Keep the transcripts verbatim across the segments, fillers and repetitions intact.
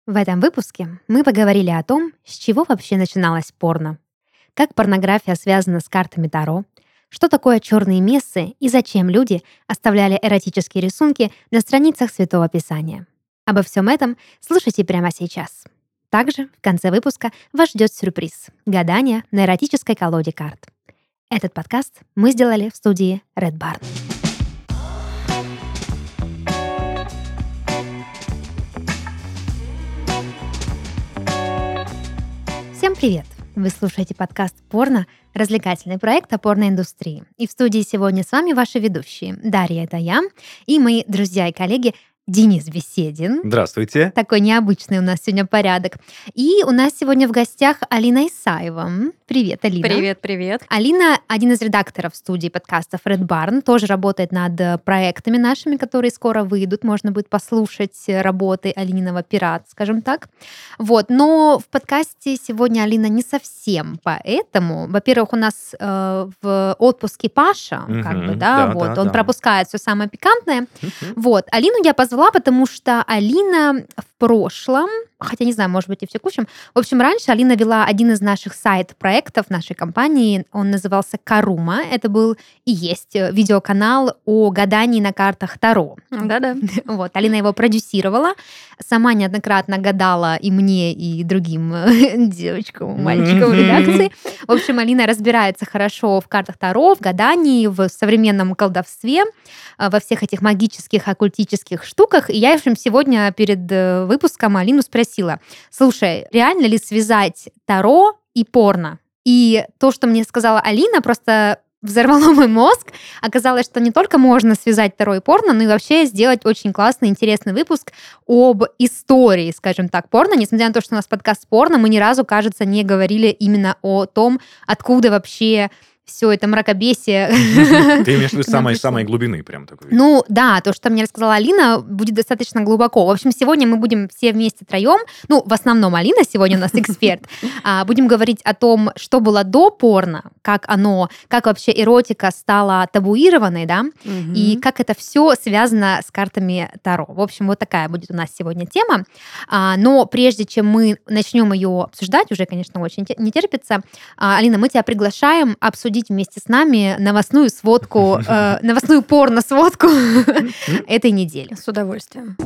В этом выпуске мы поговорили о том, с чего вообще начиналось порно, как порнография связана с картами Таро, что такое черные мессы и зачем люди оставляли эротические рисунки на страницах Святого Писания. Обо всем этом слушайте прямо сейчас. Также в конце выпуска вас ждет сюрприз — гадание на эротической колоде карт. Этот подкаст мы сделали в студии Red Barn. Всем привет! Вы слушаете подкаст «Порно», развлекательный проект о порноиндустрии. И в студии сегодня с вами ваши ведущие. Дарья — это я, и мои друзья и коллеги Денис Беседин. Здравствуйте. Такой необычный у нас сегодня порядок. И у нас сегодня в гостях Алина Исаева. Привет, Алина. Привет, привет. Алина — один из редакторов студии подкастов Red Barn, тоже работает над проектами нашими, которые скоро выйдут. Можно будет послушать работы Алининого «Пират», скажем так. Вот. Но в подкасте сегодня Алина не совсем поэтому. Во-первых, у нас э, в отпуске Паша, Мгм, как бы, да, да, вот. да, Он да. пропускает все самое пикантное. Мгм. Вот. Алину я позвала, потому что Алина в прошлом, хотя не знаю, может быть, и в текущем. В общем, раньше Алина вела один из наших сайт-проектов нашей компании. Он назывался «Карума». Это был и есть видеоканал о гадании на картах Таро. Да-да. Вот, Алина его продюсировала. Сама неоднократно гадала и мне, и другим девочкам, мальчикам в редакции. В общем, Алина разбирается хорошо в картах Таро, в гадании, в современном колдовстве, во всех этих магических, оккультических штуках. И я, в общем, сегодня перед э, выпуском Алину спросила: слушай, реально ли связать Таро и порно? И то, что мне сказала Алина, просто взорвало мой мозг. Оказалось, что не только можно связать Таро и порно, но и вообще сделать очень классный, интересный выпуск об истории, скажем так, порно. Несмотря на то, что у нас подкаст порно, мы ни разу, кажется, не говорили именно о том, откуда вообще все это мракобесие. Ты имеешь в виду самой, самой глубины прям такой? Ну да, то, что мне рассказала Алина, будет достаточно глубоко. В общем, сегодня мы будем все вместе троем, ну, в основном Алина сегодня у нас эксперт, а, будем говорить о том, что было до порно, как оно, как вообще эротика стала табуированной, да, и как это все связано с картами Таро. В общем, вот такая будет у нас сегодня тема. А, но прежде чем мы начнем ее обсуждать, уже, конечно, очень те- не терпится, а, Алина, мы тебя приглашаем обсудить вместе с нами новостную сводку, э, новостную порно-сводку этой недели. С удовольствием.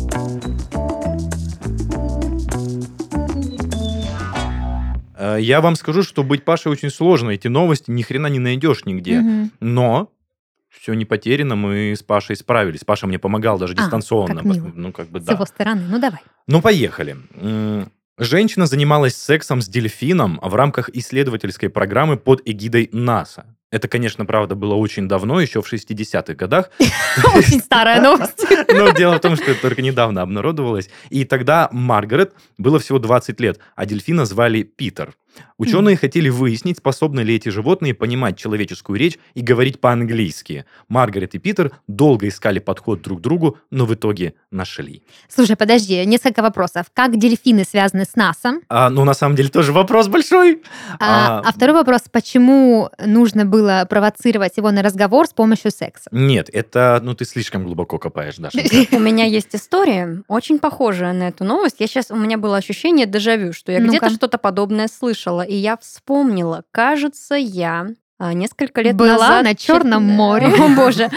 Э, Я вам скажу, что быть Пашей очень сложно. Эти новости ни хрена не найдешь нигде. Мгм. Но все не потеряно, мы с Пашей справились. Паша мне помогал даже А, дистанционно. как мило. Ну, как бы С да. его стороны. Ну, давай. Ну, поехали. М, Женщина занималась сексом с дельфином в рамках исследовательской программы под эгидой НАСА. Это, конечно, правда, было очень давно, еще в шестидесятых годах. Очень старая новость. Но дело в том, что это только недавно обнародовалось. И тогда Маргарет было всего двадцать лет, а дельфина звали Питер. Ученые хотели выяснить, способны ли эти животные понимать человеческую речь и говорить по-английски. Маргарет и Питер долго искали подход друг к другу, но в итоге нашли. Слушай, подожди, несколько вопросов. Как дельфины связаны с НАСА? А, ну, на самом деле, тоже вопрос большой. А, А, а второй вопрос, почему нужно было провоцировать его на разговор с помощью секса? Нет, это, ну, ты слишком глубоко копаешь, Даша. У меня есть история, очень похожая на эту новость. Я сейчас, у меня было ощущение дежавю, что я Ну-ка. где-то что-то подобное слышала, и я вспомнила, кажется, я а, несколько лет Была назад... на Черном чит- море. О, боже.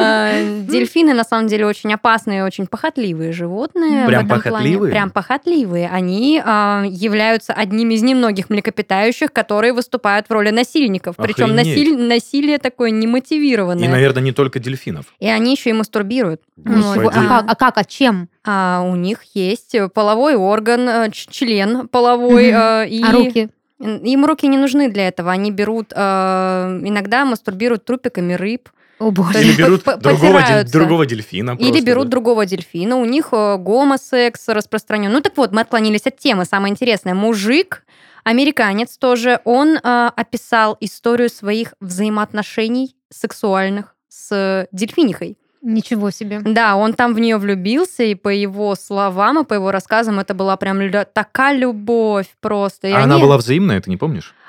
А, Дельфины, на самом деле, очень опасные, очень похотливые животные. Прям в этом плане. похотливые? Прям похотливые. Они а, являются одним из немногих млекопитающих, которые выступают в роли насильников. Причем Охренеть. насилие такое немотивированное. И, наверное, не только дельфинов. И они еще и мастурбируют. Господи. Вот. А как, а как, а чем? А у них есть половой орган, э, ч- член половой. Мгм. э, и А руки? Им руки не нужны для этого. Они берут, э, иногда мастурбируют трупиками рыб. О, боже. Или есть берут по- другого, дель- потираются. другого дельфина. Или просто, берут да. другого дельфина. У них э, гомосекс распространен. Ну так вот, мы отклонились от темы. Самое интересное. Мужик, американец тоже, он э, описал историю своих взаимоотношений сексуальных с дельфинихой. Ничего себе. Да, он там в нее влюбился, и по его словам, и по его рассказам, это была прям лю- такая любовь просто. И А она они- была взаимная, ты не помнишь?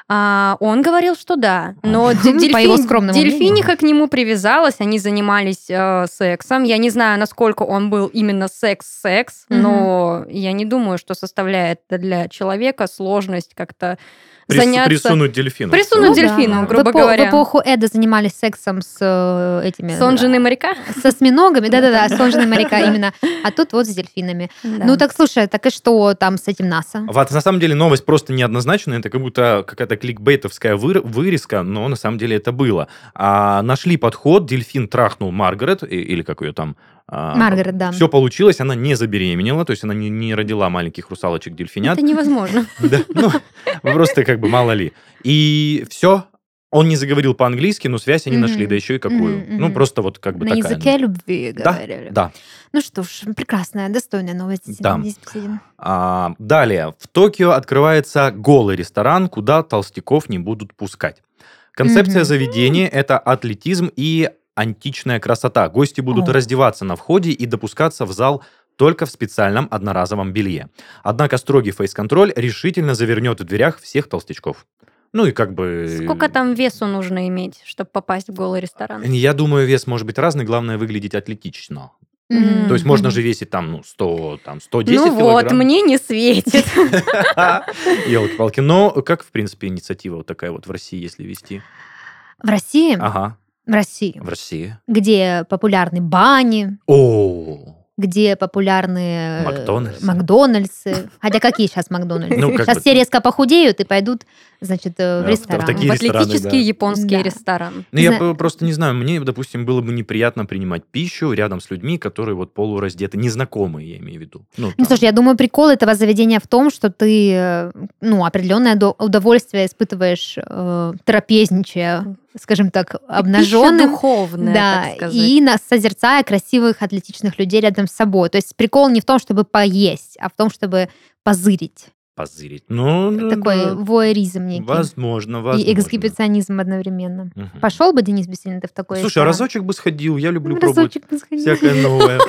А, он говорил, что да. Но По его дельфин, скромному дельфиниха к нему привязалась, они занимались э, сексом. Я не знаю, насколько он был именно секс-секс, Мгм. но я не думаю, что составляет для человека сложность как-то Прис- заняться... Присунуть дельфину. Присунуть Ну да. дельфину, грубо в эпо- говоря. В эпоху Эда занимались сексом с э, этими... Сон жены моряка? С осьминогами, да-да-да, сон жены моряка именно. А тут вот с дельфинами. Да. Ну так слушай, так и что там с этим НАСА? Вот, на самом деле новость просто неоднозначная, это как будто какая-то кликбейтовская выр- вырезка, но на самом деле это было. А, нашли подход, дельфин трахнул Маргарет, и- или как ее там... Маргарет, да. Все получилось, она не забеременела, то есть она не, не родила маленьких русалочек-дельфинят. Это невозможно. Да, ну, просто как бы мало ли. И все, он не заговорил по-английски, но связь они Мгм. нашли, да еще и какую. Мгм, Ну, мгм. просто вот как бы На такая. языке любви Да, говорили. да. Ну что ж, прекрасная, достойная новость. Да. Здесь посидим. А, далее. В Токио открывается голый ресторан, куда толстяков не будут пускать. Концепция Мгм. заведения – это атлетизм и античная красота. Гости будут О. раздеваться на входе и допускаться в зал только в специальном одноразовом белье. Однако строгий фейс-контроль решительно завернет в дверях всех толстячков. Ну и как бы... Сколько там весу нужно иметь, чтобы попасть в голый ресторан? Я думаю, вес может быть разный, главное выглядеть атлетично. Мгм. То есть можно Мгм. же весить там, ну, сто, там, сто десять Ну вот, килограмм. мне не светит. Елки-палки. Но как, в принципе, инициатива вот такая вот в России, если вести? В России, Ага, в России, в России. где популярны бани, О, где популярны э, Макдональдсы. Макдональдсы. Хотя какие сейчас Макдональдсы? Ну, как сейчас бы- все резко похудеют и пойдут, значит, э, в Да, в ресторан. такие В рестораны, атлетический да. японский Да. ресторан. Ну, я Зна- п- просто не знаю, мне, допустим, было бы неприятно принимать пищу рядом с людьми, которые вот полураздеты, незнакомые, я имею в виду. Ну, Ну, там. слушай, я думаю, прикол этого заведения в том, что ты, э, ну, определенное до- удовольствие испытываешь, э, трапезничая, скажем так, Пища обнаженным. духовная, Да, так сказать. и на- созерцая красивых, атлетичных людей рядом с собой. То есть прикол не в том, чтобы поесть, а в том, чтобы позырить. Позырить. Ну, ну, Такой да. воеризм некий. Возможно, возможно. И эксгибиционизм одновременно. Мгм. Пошел бы, Денис Бессильный, ты в такой Слушай, а ресторан? разочек бы сходил, я люблю Ну, пробовать разочек бы сходил. всякое новое.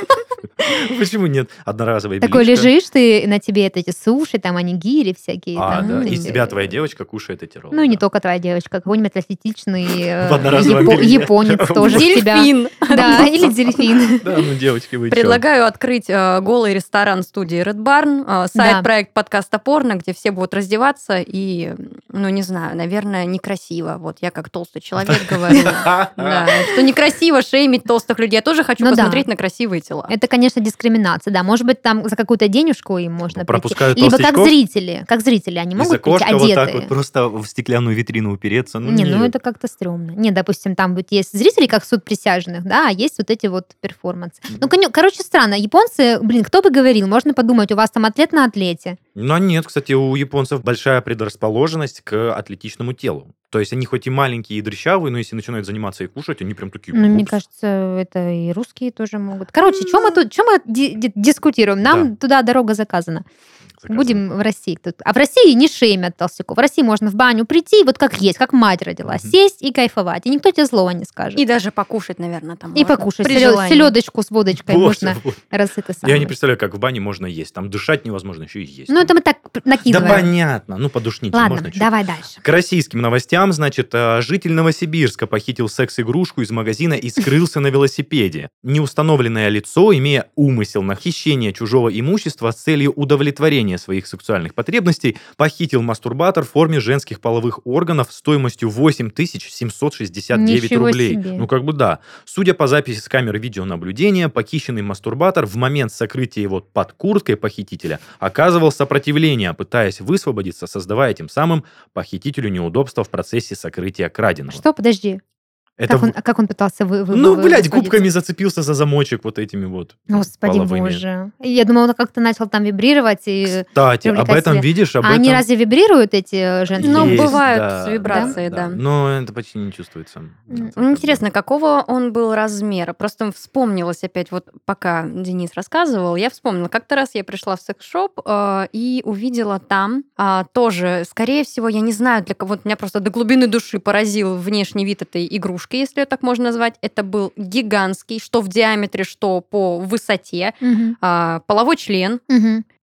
Почему нет? Одноразовая Такой беличка. лежишь ты, на тебе это эти суши, там анигири всякие. А, там, да, ну, и эти- тебя твоя девочка кушает эти роллы. Ну, и не да. только твоя девочка, какой-нибудь атлетичный э, В одноразовом япо- белье. японец тоже в тебя. Дельфин. Да, или дельфин. Да, ну, девочки, вы чё? Предлагаю открыть э, голый ресторан студии Red Barn, э, сайт Да. проект подкаста порно, где все будут раздеваться и, ну не знаю, наверное, некрасиво. Вот я как толстый человек говорю, да, что некрасиво шеймить толстых людей. Я тоже хочу Ну да. посмотреть на красивые тела. Это, конечно, дискриминация, да. Может быть, там за какую-то денежку им можно прийти. Пропускают Либо как толстячков? зрители. Как зрители они Из могут прийти окошка вот так одетые. вот просто в стеклянную витрину упереться. Ну, Не, ну нет. это как-то стрёмно. Не, допустим, там вот есть зрители, как суд присяжных, да, а есть вот эти вот перформансы. Ну, конё- короче, странно. Японцы, блин, кто бы говорил, можно подумать, у вас там атлет на атлете. Ну, а нет, кстати, у японцев большая предрасположенность к атлетичному телу. То есть они хоть и маленькие и дрыщавые, но если начинают заниматься и кушать, они прям такие... Ну, мне упс. кажется, это и русские тоже могут. Короче, что мы тут, что мы ди- ди- дискутируем? Нам Да. туда дорога заказана. Заказано. Будем в России. Тут. А в России не шеймят толстяков. В России можно в баню прийти, вот как есть, как мать родила, Мгм. сесть и кайфовать. И никто тебе злого не скажет. И даже покушать, наверное, там И можно, покушать. при Селё- желании. Селедочку с водочкой Боже можно мой. раз это Я самое. не представляю, как в бане можно есть. Там дышать невозможно, еще и есть. Ну, Там- это мы так п- Да накидываем. понятно, ну подушните, Ладно, можно чуть. давай дальше. К российским новостям, значит, э, житель Новосибирска похитил секс-игрушку из магазина и скрылся на велосипеде. Неустановленное лицо, имея умысел на хищение чужого имущества с целью удовлетворения своих сексуальных потребностей, похитил мастурбатор в форме женских половых органов стоимостью восемь тысяч семьсот шестьдесят девять Ничего рублей. себе. Ну, как бы да. Судя по записи с камер видеонаблюдения, похищенный мастурбатор в момент сокрытия его под курткой похитителя оказывал сопротивление, пытаясь высвободиться, создавая тем самым похитителю неудобства в процессе сокрытия краденого. Что, подожди. Это Как, он, в- а как он пытался вы, вы- Ну, вы- блядь, высвободиться? губками зацепился за замочек вот этими вот. Господи половыми. боже. Я думала, он как-то начал там вибрировать. И... Кстати, об привлекать этом себя. видишь, об А этом... они разве вибрируют, эти э, женские? Ну, Есть, бывают да, с вибрацией, да. Но это почти не чувствуется. М, Это Ну, как интересно, какого он был размера? Просто вспомнилось опять, вот пока Денис рассказывал, я вспомнила, как-то раз я пришла в секс-шоп э, и увидела там а, тоже, скорее всего, я не знаю, для кого, вот меня просто до глубины души поразил внешний вид этой игрушки, если ее так можно назвать. Это был гигантский, что в диаметре, что по высоте, Мгм. а, половой член, Мгм.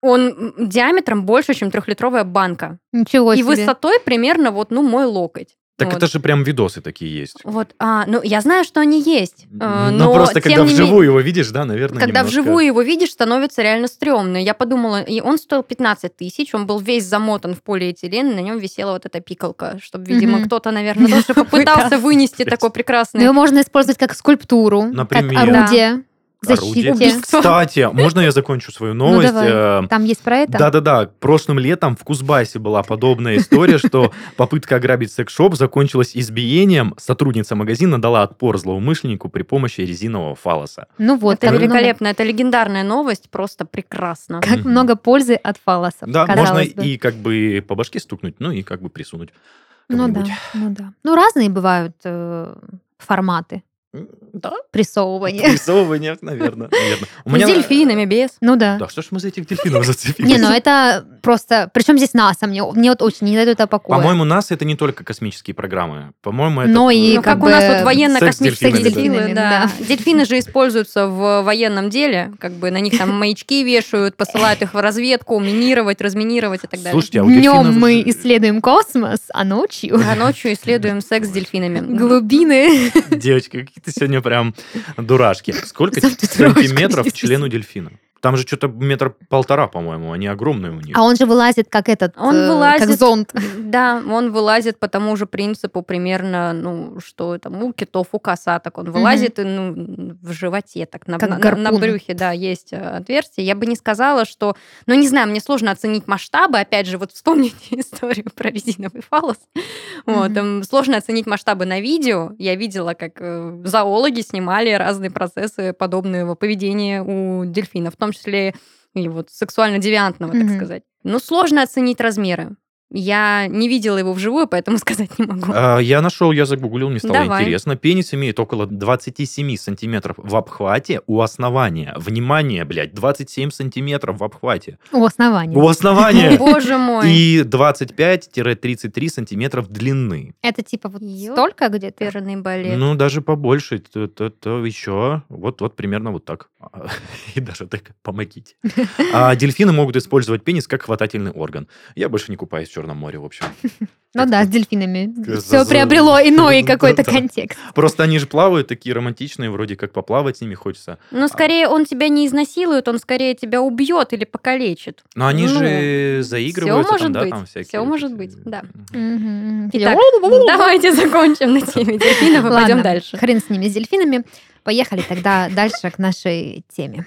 Он диаметром больше, чем трехлитровая банка. Ничего И себе. высотой примерно вот, ну, мой локоть. Так Вот. это же прям видосы такие есть. Вот, а, ну, я знаю, что они есть. э, Ну, но просто тем когда не вживую его видишь, да, наверное, Когда немножко... вживую его видишь, становится реально стрёмно. Я подумала, и он стоил пятнадцать тысяч, он был весь замотан в полиэтилен, и на нем висела вот эта пикалка, чтобы, видимо, Мгм. кто-то, наверное, тоже попытался вынести такой прекрасный... Его можно использовать как скульптуру, Например. как орудие к Орудие. защите. Кстати, можно я закончу свою Ну, новость? давай. Э, Там есть про это? Да-да-да, прошлым летом в Кузбассе была подобная история, что попытка ограбить секс-шоп закончилась избиением. Сотрудница магазина дала отпор злоумышленнику при помощи резинового фалоса. Ну вот, Это как великолепно, это легендарная новость, просто прекрасно. много- Как Мгм. много пользы от фалосов, Да, можно казалось бы. и как бы по башке стукнуть, ну и как бы присунуть Ну да, кому-нибудь. ну да. Ну разные бывают э, форматы М, Да, прессовывания. рисовывание, наверное. наверное. У С дельфинами, без. Ну да. Да, что ж мы за этих дельфинов зацепились? Не, ну это просто... Причем здесь НАСА? Мне, мне вот очень не дает это покоя. По-моему, НАСА это не только космические программы. По-моему, это... Но и Ну, как как у нас бы вот военно-космические секс с дельфинами, силы, да. да. Дельфины же используются в военном деле, как бы на них там маячки вешают, посылают их в разведку, минировать, разминировать и так далее. Слушайте, а у Днем дельфинов мы же- исследуем космос, а ночью А ночью исследуем секс с дельфинами. глубины. Девочки, какие-то сегодня прям дурашки. Сколько Сам ты дурачка, сантиметров действительно. члену дельфина? Там же что-то метр полтора, по-моему. Они огромные у них. А он же вылазит как этот, Он э, вылазит. как зонт. Да, он вылазит по тому же принципу примерно, ну, что там у китов, у косаток. Он вылазит и, ну, в животе, так, на, Как на- на гарпун. брюхе, да, есть э, отверстие. Я бы не сказала, что... Ну, не знаю, мне сложно оценить масштабы. Опять же, вот вспомните историю про резиновый фаллос. Вот, Мгм. там сложно оценить масштабы на видео. Я видела, как э, зоологи снимали разные процессы подобного поведения у дельфинов, в том числе и вот сексуально-девиантного, так Мгм. сказать. Но сложно оценить размеры. Я не видела его вживую, поэтому сказать не могу. А, Я нашел, я загуглил, мне стало Давай. интересно. Пенис имеет около двадцать семь сантиметров в обхвате у основания. Внимание, блядь, двадцать семь сантиметров в обхвате. У основания. У О, основания. боже мой. И двадцать пять тридцать три сантиметров длины. Это типа вот Ёп. столько где-то? Оперный балет. Ну, даже побольше. То, то- то еще. Вот, вот примерно вот так. А, И даже так, помогите. А дельфины могут использовать пенис как хватательный орган. Я больше не купаюсь в Черном море, в общем. Ну да, с дельфинами. За- Все за- приобрело иной Да-да. какой-то контекст. Просто они же плавают, такие романтичные, вроде как поплавать с ними хочется. Но скорее он тебя не изнасилует, он скорее тебя убьет или покалечит. Но они Ну, же заигрываются, может там, да, быть, там всякие. всё вот может эти- быть, да. Мгм. Итак, давайте закончим на теме дельфинов и Ладно, пойдем дальше. Хрен с ними, с дельфинами. Поехали тогда дальше к нашей теме.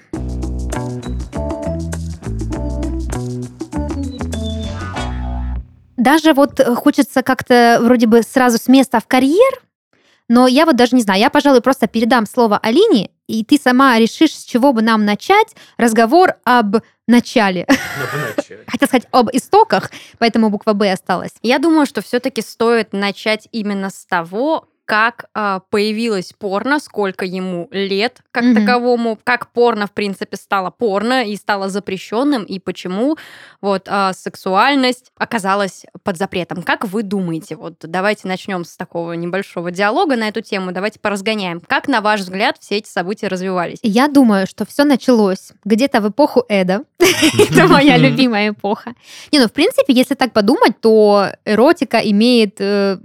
Даже вот э, хочется как-то вроде бы сразу с места в карьер, но я вот даже не знаю, я, пожалуй, просто передам слово Алине, и ты сама решишь, с чего бы нам начать разговор об начале. Хотела сказать об истоках, поэтому буква «Б» осталась. Я думаю, что все-таки стоит начать именно с того, как а, появилось порно, сколько ему лет как Мгм. таковому, как порно, в принципе, стало порно и стало запрещенным, и почему вот а, сексуальность оказалась под запретом. Как вы думаете? Вот давайте начнем с такого небольшого диалога на эту тему, давайте поразгоняем. Как, на ваш взгляд, все эти события развивались? Я думаю, что все началось где-то в эпоху Эда. Это моя любимая эпоха. Не, ну, в принципе, если так подумать, то эротика имеет э,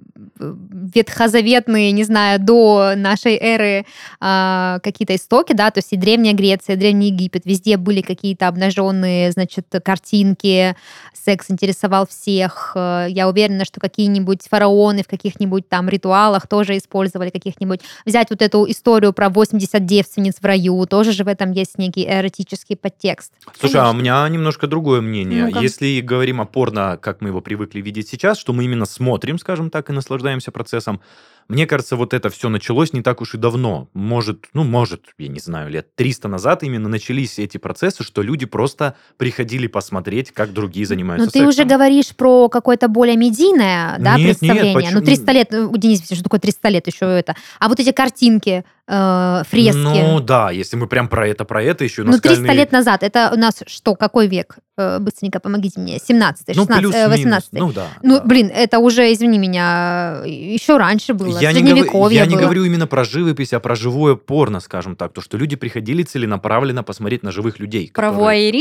ветхозаветные, не знаю, до нашей эры а, какие-то истоки, да, то есть и Древняя Греция, и Древний Египет, везде были какие-то обнаженные, значит, картинки, секс интересовал всех. Э, Я уверена, что какие-нибудь фараоны в каких-нибудь там ритуалах тоже использовали каких-нибудь. Взять вот эту историю про восемьдесят девственниц в раю, тоже же в этом есть некий эротический подтекст. Слушай, а у Конечно. меня немножко другое мнение. Ну-ка. Если говорим о порно, как мы его привыкли видеть сейчас, что мы именно смотрим, скажем так, и наслаждаемся процессом, мне кажется, вот это все началось не так уж и давно. Может, ну, может, я не знаю, лет триста назад именно начались эти процессы, что люди просто приходили посмотреть, как другие занимаются Ну, ты сексом. уже говоришь про какое-то более медийное, да, Нет, нет, представление. почему? Ну, триста лет, ну, Денис, что такое триста лет еще это? А вот эти картинки, э, фрески. Ну, да, если мы прям про это, про это еще Ну, триста наскальные... лет назад, это у нас что, какой век? Э, Быстренько помогите мне. семнадцатый, Ну, шестнадцатый, э, плюс-минус. восемнадцатый. Ну, да. Ну, да. блин, это уже, извини меня, еще раньше было, Я, не, говорю- средневековье я не было. говорю именно про живопись, а про живое порно, скажем так. То, что люди приходили целенаправленно посмотреть на живых людей. Про которые- вуайеризм?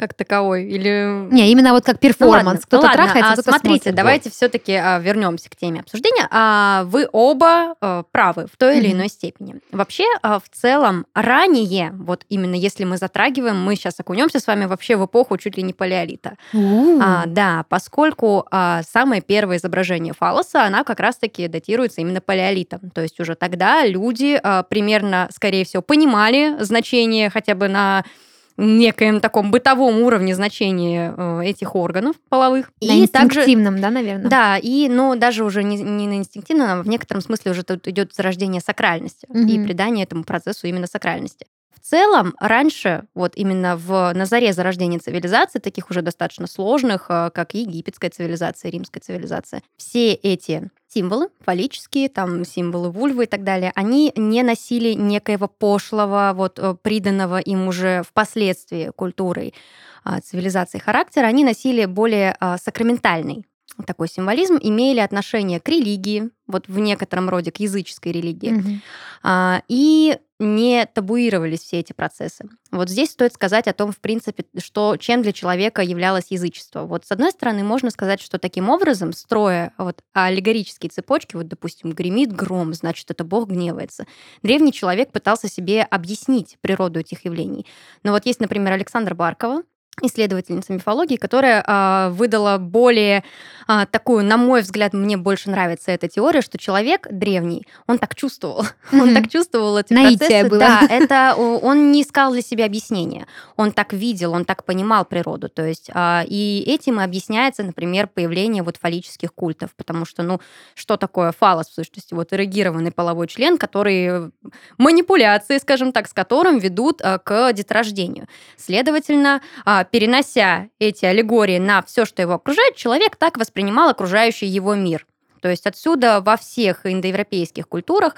как таковой? Или... Не, именно вот как перформанс. Ну, ладно, кто-то ну, ладно, трахается, а кто-то смотрите, смотрит. давайте все-таки а, вернемся к теме обсуждения. А, вы оба а, правы в той или Мгм. иной степени. Вообще, а, в целом, ранее, вот именно если мы затрагиваем, мы сейчас окунемся с вами вообще в эпоху чуть ли не палеолита. У. А, да, поскольку а, самое первое изображение фаллоса, она как раз-таки датируется именно палеолитом. То есть уже тогда люди а, примерно, скорее всего, понимали значение хотя бы на некоем таком бытовом уровне значения э, этих органов половых. На И также, инстинктивном, да, наверное? да, и, ну, даже уже не, не на инстинктивном, а в некотором смысле уже тут идет зарождение сакральности и Мгм. придание этому процессу именно сакральности. В целом, раньше, вот именно в, на заре зарождения цивилизаций, таких уже достаточно сложных, э, как египетская цивилизация, римская цивилизация, все эти символы, фаллические, там, символы вульвы и так далее, они не носили некоего пошлого, вот, э, приданного им уже впоследствии культурой а, цивилизации характера, они носили более а, сакраментальный такой символизм, имели отношение к религии, вот в некотором роде к языческой религии, Мгм. а, и не табуировались все эти процессы. Вот здесь стоит сказать о том, в принципе, что чем для человека являлось язычество. Вот с одной стороны, можно сказать, что таким образом, строя вот аллегорические цепочки, вот, допустим, гремит гром, значит, это Бог гневается, древний человек пытался себе объяснить природу этих явлений. Но вот есть, например, Александра Баркова, исследовательница мифологии, которая а, выдала более а, такую, на мой взгляд, мне больше нравится эта теория, что человек древний, он так чувствовал, он Мгм. так чувствовал эти Наитие процессы. было. Да, это о, он не искал для себя объяснения, он так видел, он так понимал природу, то есть а, и этим и объясняется, например, появление вот фаллических культов, потому что, ну, что такое фаллос, в сущности, вот эрегированный половой член, который манипуляции, скажем так, с которым ведут а, к деторождению. Следовательно, а, перенося эти аллегории на все, что его окружает, человек так воспринимал окружающий его мир. То есть отсюда во всех индоевропейских культурах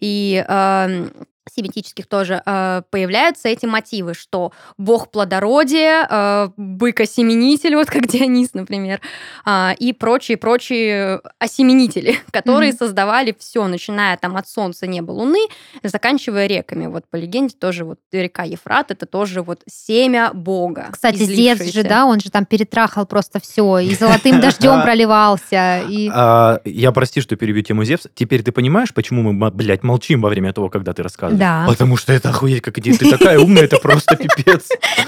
и э, семитических тоже э, появляются эти мотивы, что бог плодородия, э, бык-осеменитель, вот как Дионис, например, э, и прочие-прочие осеменители, которые Мгм. создавали все, начиная там от солнца, неба, луны, заканчивая реками. Вот по легенде тоже вот река Ефрат, это тоже вот семя бога. Кстати, Зевс же, излившееся. да, он же там перетрахал просто все, и золотым дождем проливался, и... А, я, прости, что перебью тему Зевса. Теперь ты понимаешь, почему мы, блядь, молчим во время того, когда ты рассказываешь? Да. Потому что это охуеть, как идея. Ты такая умная, это просто пипец.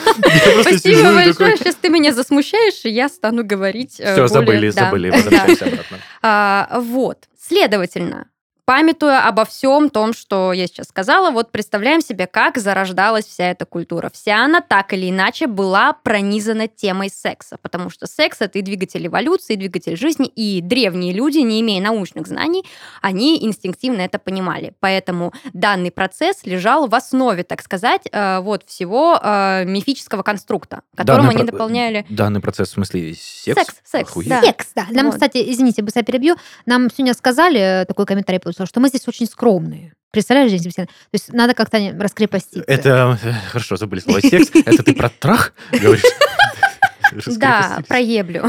Я просто Спасибо сижу и большое. такой... Сейчас ты меня засмущаешь, и я стану говорить э, Все, более- забыли, да, забыли. да. Возвращаемся обратно. А, вот. Следовательно, памятуя обо всем том, что я сейчас сказала, вот представляем себе, как зарождалась вся эта культура. Вся она так или иначе была пронизана темой секса, потому что секс — это и двигатель эволюции, и двигатель жизни, и древние люди, не имея научных знаний, они инстинктивно это понимали. Поэтому данный процесс лежал в основе, так сказать, э, вот всего э, мифического конструкта, которым Данный они про- дополняли... Данный процесс, в смысле, секс? Секс, секс, Охуеть. да. Секс, да. Нам, Вот. кстати, извините, быстро перебью, нам сегодня сказали, такой комментарий получил, что мы здесь очень скромные. Представляешь, Женя Себастьян? То есть надо как-то раскрепоститься. Это, э, хорошо, забыли слово секс. Это ты про трах говоришь? Да, про еблю.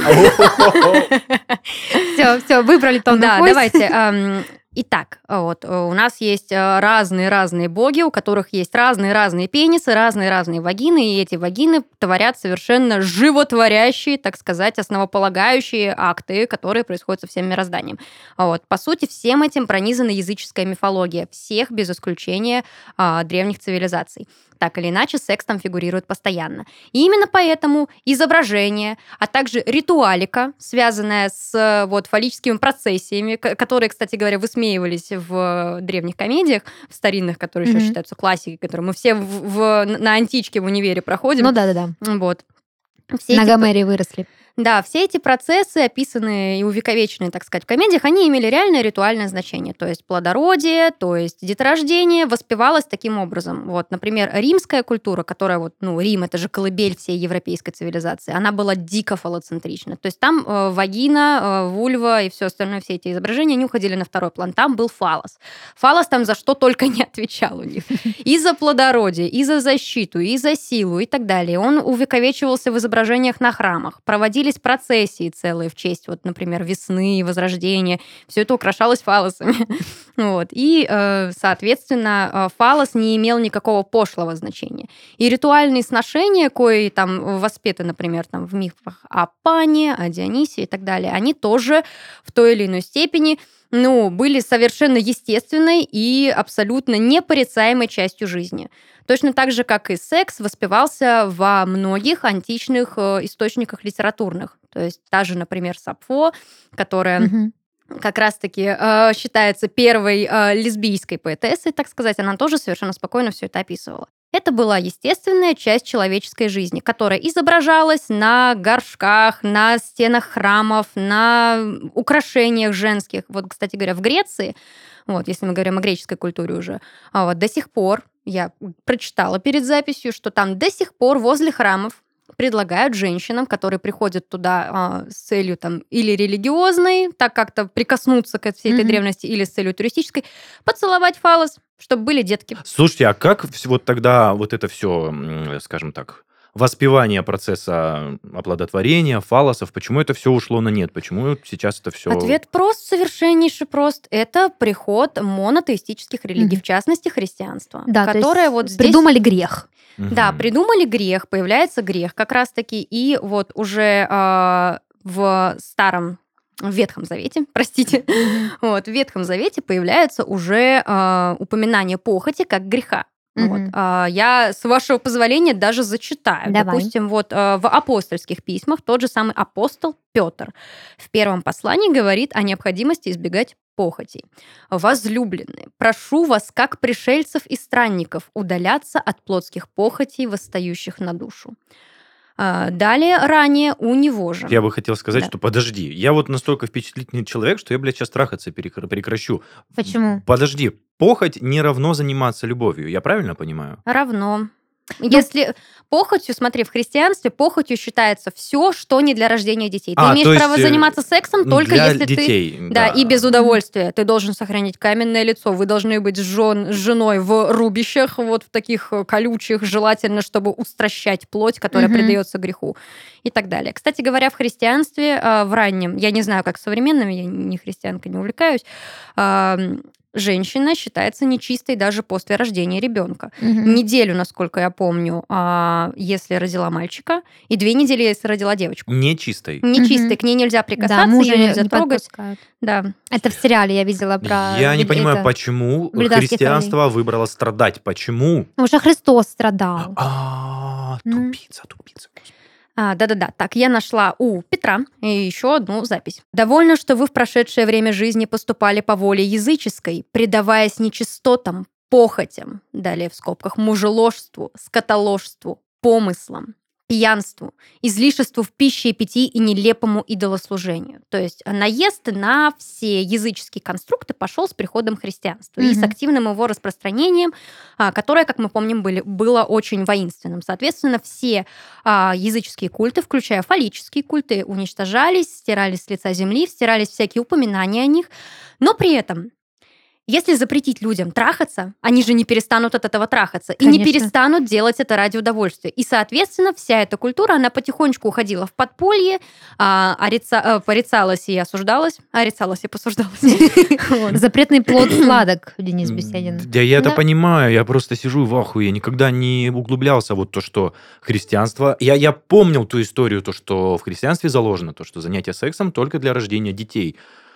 Все, все, выбрали тон. Да, давайте. эм, Итак, вот э, у нас есть э, разные-разные боги, у которых есть разные-разные пенисы, разные-разные вагины, и эти вагины творят совершенно животворящие, так сказать, основополагающие акты, которые происходят со всем мирозданием. Вот. По сути, всем этим пронизана языческая мифология, всех без исключения а, древних цивилизаций. Так или иначе, секс там фигурирует постоянно. И именно поэтому изображение, а также ритуалика, связанная с вот, фаллическими процессиями, к- которые, кстати говоря, высмеивались в древних комедиях, в старинных, которые еще Мгм. считаются классикой, которые мы все в, в- на античке в универе проходим. Ну да-да-да. Вот. Все На эти- Гомере выросли. Да, все эти процессы, описанные и увековеченные, так сказать, в комедиях, они имели реальное ритуальное значение. То есть плодородие, то есть деторождение воспевалось таким образом. Вот, например, римская культура, которая, вот, ну, Рим — это же колыбель всей европейской цивилизации, она была дико фаллоцентрична. То есть там э, вагина, э, вульва и все остальное, все эти изображения, они уходили на второй план. Там был фаллос. Фаллос там за что только не отвечал у них. И за плодородие, и за защиту, и за силу, и так далее. Он увековечивался в изображениях на храмах. Проводили проводились процессии целые в честь, вот, например, весны, возрождения. Все это украшалось фаллосами. Вот. И, э, соответственно, фаллос не имел никакого пошлого значения. И ритуальные сношения, кои там воспеты, например, там, в мифах о Пане, о Дионисе и так далее, они тоже в той или иной степени ну, были совершенно естественной и абсолютно непорицаемой частью жизни. Точно так же, как и секс воспевался во многих античных источниках литературных. То есть та же, например, Сапфо, которая... Mm-hmm. как раз-таки э, считается первой э, лесбийской поэтессой, так сказать, она тоже совершенно спокойно все это описывала. Это была естественная часть человеческой жизни, которая изображалась на горшках, на стенах храмов, на украшениях женских. Вот, кстати говоря, в Греции, вот, если мы говорим о греческой культуре уже, а вот до сих пор, я прочитала перед записью, что там до сих пор возле храмов предлагают женщинам, которые приходят туда а, с целью там, или религиозной, так как-то прикоснуться к всей этой mm-hmm. древности, или с целью туристической, поцеловать фаллос, чтобы были детки. Слушайте, а как вот тогда вот это все, скажем так, воспевание процесса оплодотворения, фаллосов, почему это все ушло на нет? Почему сейчас это все... Ответ прост, совершеннейший прост. Это приход монотеистических религий, mm-hmm. в частности, христианства. Да, которое вот здесь... придумали грех. Mm-hmm. Да, придумали грех, появляется грех как раз-таки, и вот уже э, в старом в Ветхом Завете, простите, mm-hmm. вот, в Ветхом Завете появляется уже э, упоминание похоти как греха. Mm-hmm. Вот. А, я, с вашего позволения, даже зачитаю. Давай. Допустим, вот а, в апостольских письмах тот же самый апостол Петр в первом послании говорит о необходимости избегать похотей. «Возлюбленные, прошу вас, как пришельцев и странников, удаляться от плотских похотей, восстающих на душу». Далее, ранее у него же. Я бы хотел сказать, да. что подожди, я вот настолько впечатлительный человек, что я, блядь, сейчас трахаться прекращу. Почему? Подожди, похоть не равно заниматься любовью, я правильно понимаю? Равно. Если похотью, смотри, в христианстве похотью считается все, что не для рождения детей. Ты а, имеешь право заниматься сексом только для если детей, ты... Да. да, и без удовольствия. Ты должен сохранить каменное лицо. Вы должны быть с, жен, с женой в рубищах, вот в таких колючих, желательно, чтобы устращать плоть, которая угу. предается греху и так далее. Кстати говоря, в христианстве, в раннем, я не знаю, как в современном, я не христианка, не увлекаюсь, женщина считается нечистой даже после рождения ребенка. Угу. Неделю, насколько я помню, если родила мальчика, и две недели, если родила девочку. Нечистой. Нечистой, угу. к ней нельзя прикасаться, да, мужа ее нельзя не трогать. Подпускают. Да. Это в сериале я видела про... Я не понимаю, это... почему христианство королей. Выбрало страдать. Почему? Потому что Христос страдал. А, тупица, тупица. А, да-да-да. Так, я нашла у Петра еще одну запись. «Довольно, что вы в прошедшее время жизни поступали по воле языческой, предаваясь нечистотам, похотям, далее в скобках, мужеложству, скотоложству, помыслам, пьянству, излишеству в пище и питьи и нелепому идолослужению». То есть наезд на все языческие конструкты пошел с приходом христианства mm-hmm. и с активным его распространением, которое, как мы помним, были, было очень воинственным. Соответственно, все языческие культы, включая фаллические культы, уничтожались, стирались с лица земли, стирались всякие упоминания о них, но при этом... Если запретить людям трахаться, они же не перестанут от этого трахаться. Конечно. И не перестанут делать это ради удовольствия. И, соответственно, вся эта культура, она потихонечку уходила в подполье, а, орица, порицалась и осуждалась. Орицалась и посуждалась. Запретный плод сладок, Денис Беседин. Да я это понимаю, я просто сижу в ахуе, я никогда не углублялся вот то, что христианство... Я, я помнил ту историю, то, что в христианстве заложено, то, что занятие сексом только для рождения детей.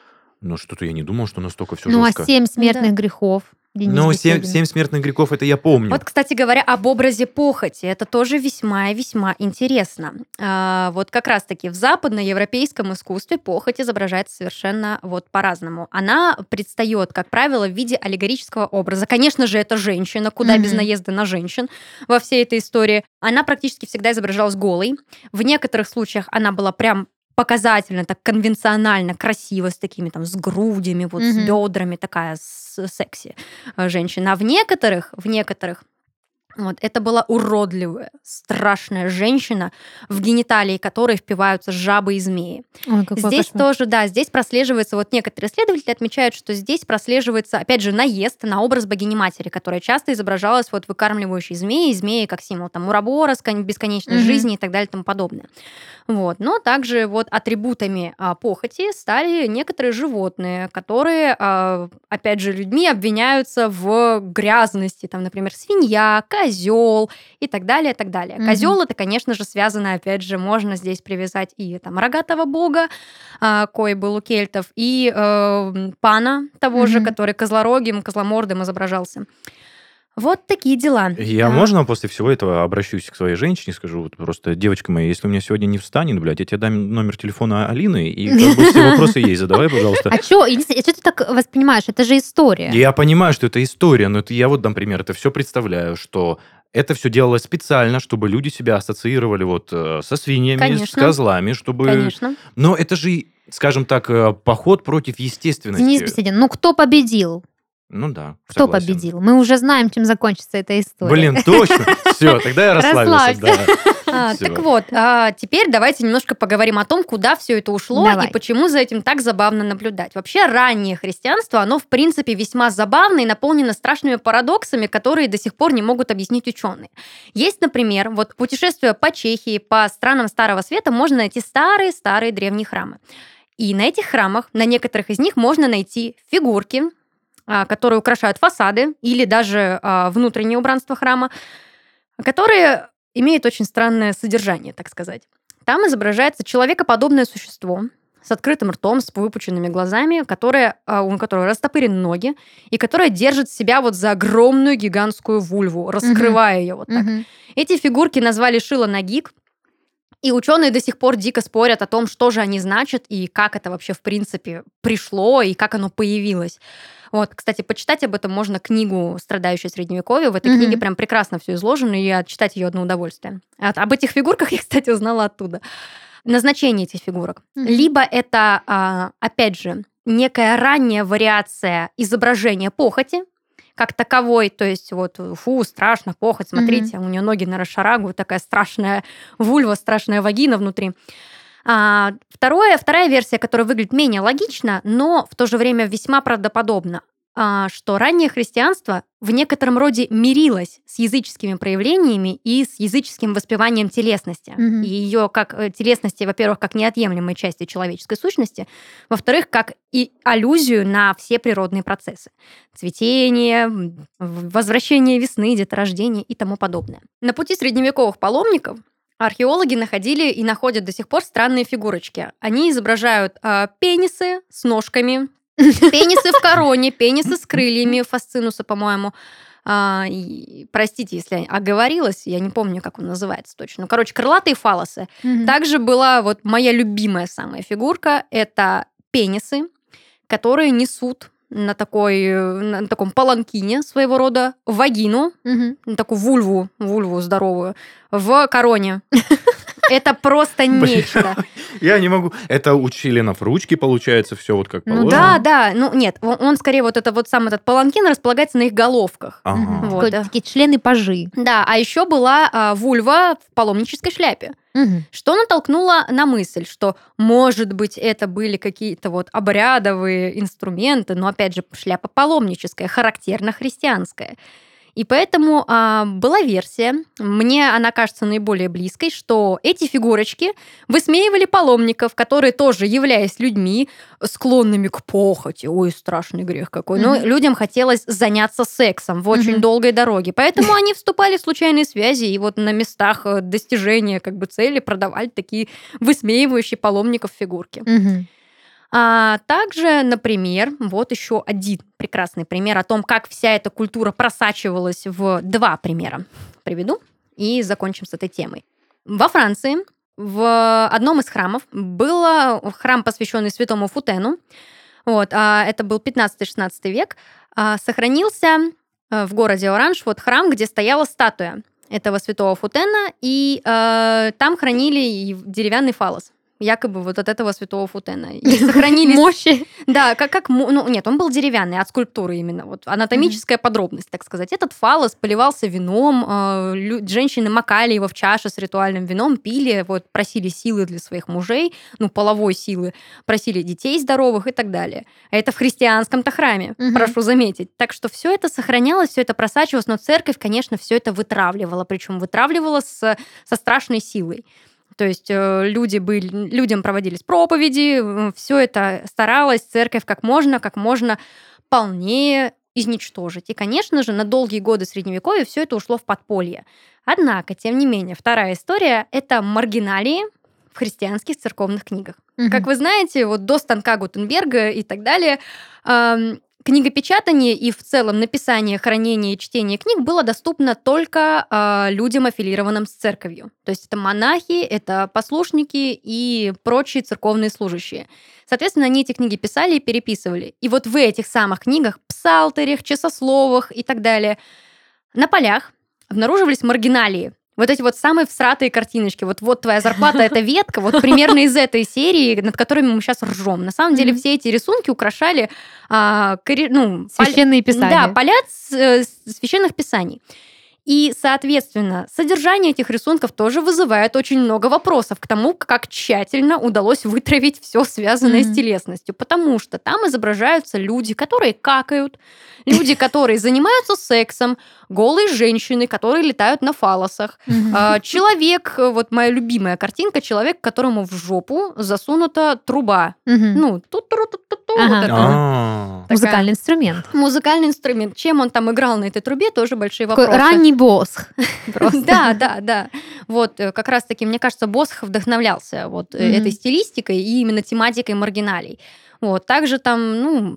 Но что-то я не думал, что настолько все ну, жестко. Ну, а семь смертных да. грехов? Ну, семь, семь смертных грехов, это я помню. Вот, кстати говоря, об образе похоти. Это тоже весьма и весьма интересно. А, вот как раз-таки в западноевропейском искусстве похоть изображается совершенно вот по-разному. Она предстает, как правило, в виде аллегорического образа. Конечно же, это женщина, куда mm-hmm. без наезда на женщин во всей этой истории. Она практически всегда изображалась голой. В некоторых случаях она была прям показательно, так конвенционально, красиво, с такими там, с грудями, вот, mm-hmm. с бедрами, такая с- секси женщина. А в некоторых, в некоторых Вот, это была уродливая, страшная женщина, в гениталии которой впиваются жабы и змеи. Ой, какой Здесь кошмар. тоже, да, здесь прослеживается, вот некоторые исследователи отмечают, что здесь прослеживается, опять же, наезд на образ богини-матери, которая часто изображалась вот выкармливающей змеи, змеи как символ там Урабора, бесконечной Мгм. жизни и так далее и тому подобное. Вот. Но также вот атрибутами а, похоти стали некоторые животные, которые, а, опять же, людьми обвиняются в грязности. Там, например, свинья, козел и так далее, и так далее. Мгм. Козел это, конечно же, связано, опять же, можно здесь привязать и там рогатого бога, а, кой был у кельтов, и э, пана того же, Мгм. который козлорогим, козломордым изображался. Вот такие дела. Я, А, можно после всего этого обращусь к своей женщине, скажу, вот просто, девочка моя, если у меня сегодня не встанет, блядь, я тебе дам номер телефона Алины, и как бы все вопросы ей задавай, пожалуйста. А что ты так воспринимаешь? Это же история. Я понимаю, что это история, но это я вот, например, это все представляю, что это все делалось специально, чтобы люди себя ассоциировали вот э, со свиньями, с Конечно. козлами, чтобы... Конечно. Но это же, скажем так, э, поход против естественности. Денис Беседин, ну кто победил? Ну да, Кто согласен. победил? Мы уже знаем, чем закончится эта история. Блин, точно. Все, тогда я расслабился. Расслабься. Да. А, Всё. так вот, а, теперь давайте немножко поговорим о том, куда все это ушло Давай. и почему за этим так забавно наблюдать. Вообще, раннее христианство, оно, в принципе, весьма забавно и наполнено страшными парадоксами, которые до сих пор не могут объяснить ученые. Есть, например, вот путешествуя по Чехии, по странам Старого Света, можно найти старые-старые древние храмы. И на этих храмах, на некоторых из них можно найти фигурки, а, которые украшают фасады или даже а, внутреннее убранство храма, которые имеют очень странное содержание, так сказать. Там изображается человекоподобное существо с открытым ртом, с выпученными глазами, которое, а, у которого растопырены ноги, и которое держит себя вот за огромную гигантскую вульву, раскрывая ее вот так. Мгм. Эти фигурки назвали Шила-Нагик, и ученые до сих пор дико спорят о том, что же они значат и как это вообще в принципе пришло и как оно появилось. Вот, кстати, почитать об этом можно книгу «Страдающее средневековье». В этой Мгм. книге прям прекрасно все изложено, и я читать ее одно удовольствие. От- об этих фигурках я, кстати, узнала оттуда. Назначение этих фигурок. Мгм. Либо это, а, опять же, некая ранняя вариация изображения похоти, как таковой, то есть вот, фу, страшно, похоть, смотрите, у нее ноги на расшарагу, такая страшная вульва, страшная вагина внутри. А, второе, вторая версия, которая выглядит менее логично, но в то же время весьма правдоподобно, а, что раннее христианство в некотором роде мирилось с языческими проявлениями и с языческим воспеванием телесности. Мгм. И ее как э, телесности, во-первых, как неотъемлемой части человеческой сущности, во-вторых, как и аллюзию на все природные процессы. Цветение, м, возвращение весны, деторождение и тому подобное. На пути средневековых паломников археологи находили и находят до сих пор странные фигурочки. Они изображают а, пенисы с ножками, пенисы в короне, пенисы с крыльями, фасцинуса, по-моему. А, и, простите, если я оговорилась, я не помню, как он называется точно. Ну, короче, крылатые фалосы. Мгм. Также была вот моя любимая самая фигурка. Это пенисы, которые несут на, такой, на таком паланкине своего рода вагину, Мгм. ну, такую вульву, вульву здоровую, в короне. Это просто нечто. Я не могу. Это у членов ручки получается все вот как Ну положено. Да, да. Ну, нет, он, он скорее вот это вот сам этот паланкин располагается на их головках. Ага. Мгм. Вот, Такой- да. Такие члены-пажи. Да, а еще была а, вульва в паломнической шляпе, Мгм. что натолкнуло на мысль, что, может быть, это были какие-то вот обрядовые инструменты, но, опять же, шляпа паломническая, характерно христианская. И поэтому а, была версия, мне она кажется наиболее близкой, что эти фигурочки высмеивали паломников, которые тоже, являясь людьми, склонными к похоти, ой, страшный грех какой, но Мгм. людям хотелось заняться сексом в очень Мгм. долгой дороге. Поэтому они вступали в случайные связи и вот на местах э, достижения как бы цели продавали такие высмеивающие паломников фигурки. Мгм. А также, например, вот еще один прекрасный пример о том, как вся эта культура просачивалась в два примера. Приведу и закончим с этой темой. Во Франции в одном из храмов был храм, посвященный святому Футену. Вот, а это был пятнадцатый-шестнадцатый век. А, сохранился э, в городе Оранж вот храм, где стояла статуя этого святого Футена, и э, там хранили и деревянный фалос. якобы вот от этого святого Футена. И сохранились... Мощи. Да, как, как... Ну, нет, он был деревянный, от скульптуры именно. Вот анатомическая mm-hmm. подробность, так сказать. Этот фаллос поливался вином, э, лю... женщины макали его в чаше с ритуальным вином, пили, вот, просили силы для своих мужей, ну, половой силы, просили детей здоровых и так далее. А это в христианском-то храме, mm-hmm. прошу заметить. Так что все это сохранялось, все это просачивалось, но церковь, конечно, все это вытравливала, причем вытравливала с, со страшной силой. То есть люди были, людям проводились проповеди, все это старалась церковь как можно, как можно полнее изничтожить. И, конечно же, на долгие годы Средневековья все это ушло в подполье. Однако, тем не менее, вторая история – это маргиналии в христианских церковных книгах. Угу. Как вы знаете, вот до станка Гутенберга и так далее, эм, книгопечатание и в целом написание, хранение и чтение книг было доступно только э, людям, аффилированным с церковью. То есть это монахи, это послушники и прочие церковные служащие. Соответственно, они эти книги писали и переписывали. И вот в этих самых книгах, псалтырях, часословах и так далее, на полях обнаруживались маргиналии. Вот эти вот самые всратые картиночки. Вот, вот твоя зарплата, это ветка, вот примерно из этой серии, над которыми мы сейчас ржем. На самом деле все эти рисунки украшали а, кори, ну, священные поля, писания. Да, поля с, с священных писаний. И, соответственно, содержание этих рисунков тоже вызывает очень много вопросов к тому, как тщательно удалось вытравить все связанное mm-hmm. с телесностью. Потому что там изображаются люди, которые какают, люди, которые занимаются сексом, голые женщины, которые летают на фаллосах. Mm-hmm. Человек, вот моя любимая картинка, человек, которому в жопу засунута труба. Mm-hmm. Ну, тут-тут-тут-тут. Ага. Вот это. Музыкальный инструмент. Музыкальный инструмент. Чем он там играл на этой трубе, тоже большие вопросы. Ранний Босх. Да, да, да. Вот как раз-таки, мне кажется, Босх вдохновлялся вот этой стилистикой и именно тематикой маргиналей. Вот. Также там, ну,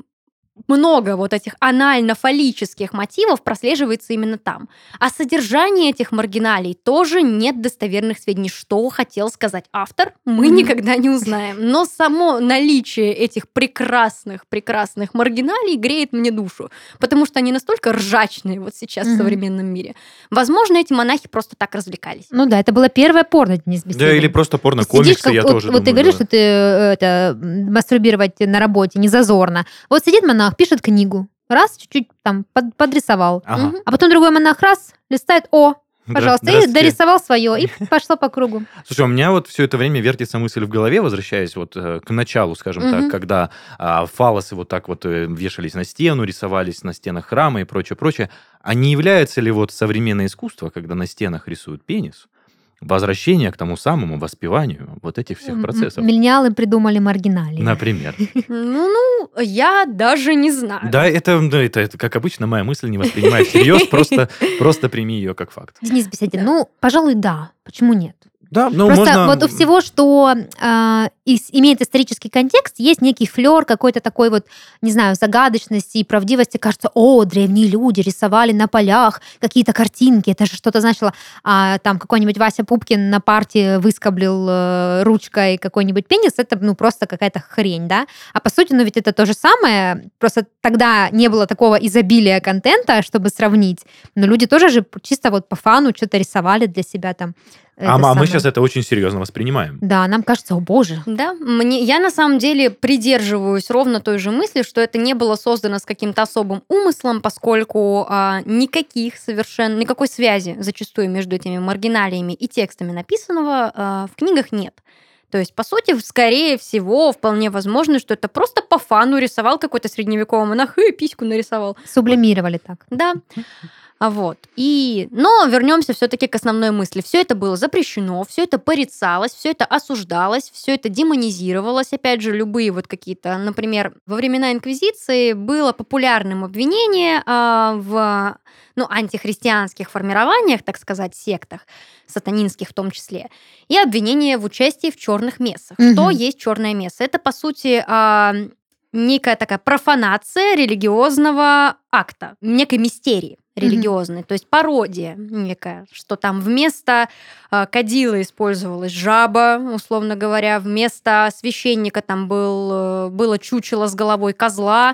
много вот этих анально-фаллических мотивов прослеживается именно там. А содержание этих маргиналей тоже нет достоверных сведений. Что хотел сказать автор, мы mm-hmm. никогда не узнаем. Но само наличие этих прекрасных, прекрасных маргиналей греет мне душу, потому что они настолько ржачные вот сейчас mm-hmm. в современном мире. Возможно, эти монахи просто так развлекались. Ну да, это было первое порно Денис Беседин. Да, или просто порно-комиксы, я вот, тоже вот думаю. Вот ты говоришь, да. что ты это, мастурбировать на работе не зазорно. Вот сидит монах, пишет книгу, раз, чуть-чуть там под, подрисовал. Ага. А потом другой монах раз, листает, о, пожалуйста, и дорисовал свое, и пошло по кругу. Слушай, у меня вот все это время вертится мысль в голове, возвращаясь вот э, к началу, скажем mm-hmm. так, когда э, фаллосы вот так вот э, вешались на стену, рисовались на стенах храма и прочее, прочее. А не является ли вот современное искусство, когда на стенах рисуют пенис, возвращение к тому самому воспеванию вот этих всех процессов? Миллениалы придумали маргиналии. Например. Ну, ну, я даже не знаю. Да, это, да, это, это как обычно, моя мысль не воспринимай всерьез, просто, просто прими ее как факт. Денис Беседин, ну, пожалуй, да. Почему нет? Да, ну, Просто можно... вот у всего, что э, из, имеет исторический контекст, есть некий флер какой-то такой вот, не знаю, загадочности и правдивости. Кажется, о, древние люди рисовали на полях какие-то картинки, это же что-то значило. А там какой-нибудь Вася Пупкин на парте выскоблил э, ручкой какой-нибудь пенис, это ну просто какая-то хрень, да? А по сути, ну ведь это то же самое, просто тогда не было такого изобилия контента, чтобы сравнить. Но люди тоже же чисто вот по фану что-то рисовали для себя там. А, а мы сейчас это очень серьезно воспринимаем. Да, нам кажется, о боже. Да, мне, я на самом деле придерживаюсь ровно той же мысли, что это не было создано с каким-то особым умыслом, поскольку а, никаких совершенно, никакой связи зачастую между этими маргиналиями и текстами написанного а, в книгах нет. То есть, по сути, скорее всего, вполне возможно, что это просто по фану рисовал какой-то средневековый монах и письку нарисовал. Сублимировали так. Да. Вот. И... Но вернемся все-таки к основной мысли. Все это было запрещено, все это порицалось, все это осуждалось, все это демонизировалось. Опять же, любые вот какие-то, например, во времена Инквизиции было популярным обвинение э, в ну, антихристианских формированиях, так сказать, сектах, сатанинских в том числе, и обвинение в участии в черных мессах. Mm-hmm. Что есть черное месса? Это, по сути, э, некая такая профанация религиозного акта, некой мистерии религиозной, mm-hmm. то есть пародия некая, что там вместо э, кадила использовалась жаба, условно говоря, вместо священника там был, э, было чучело с головой козла,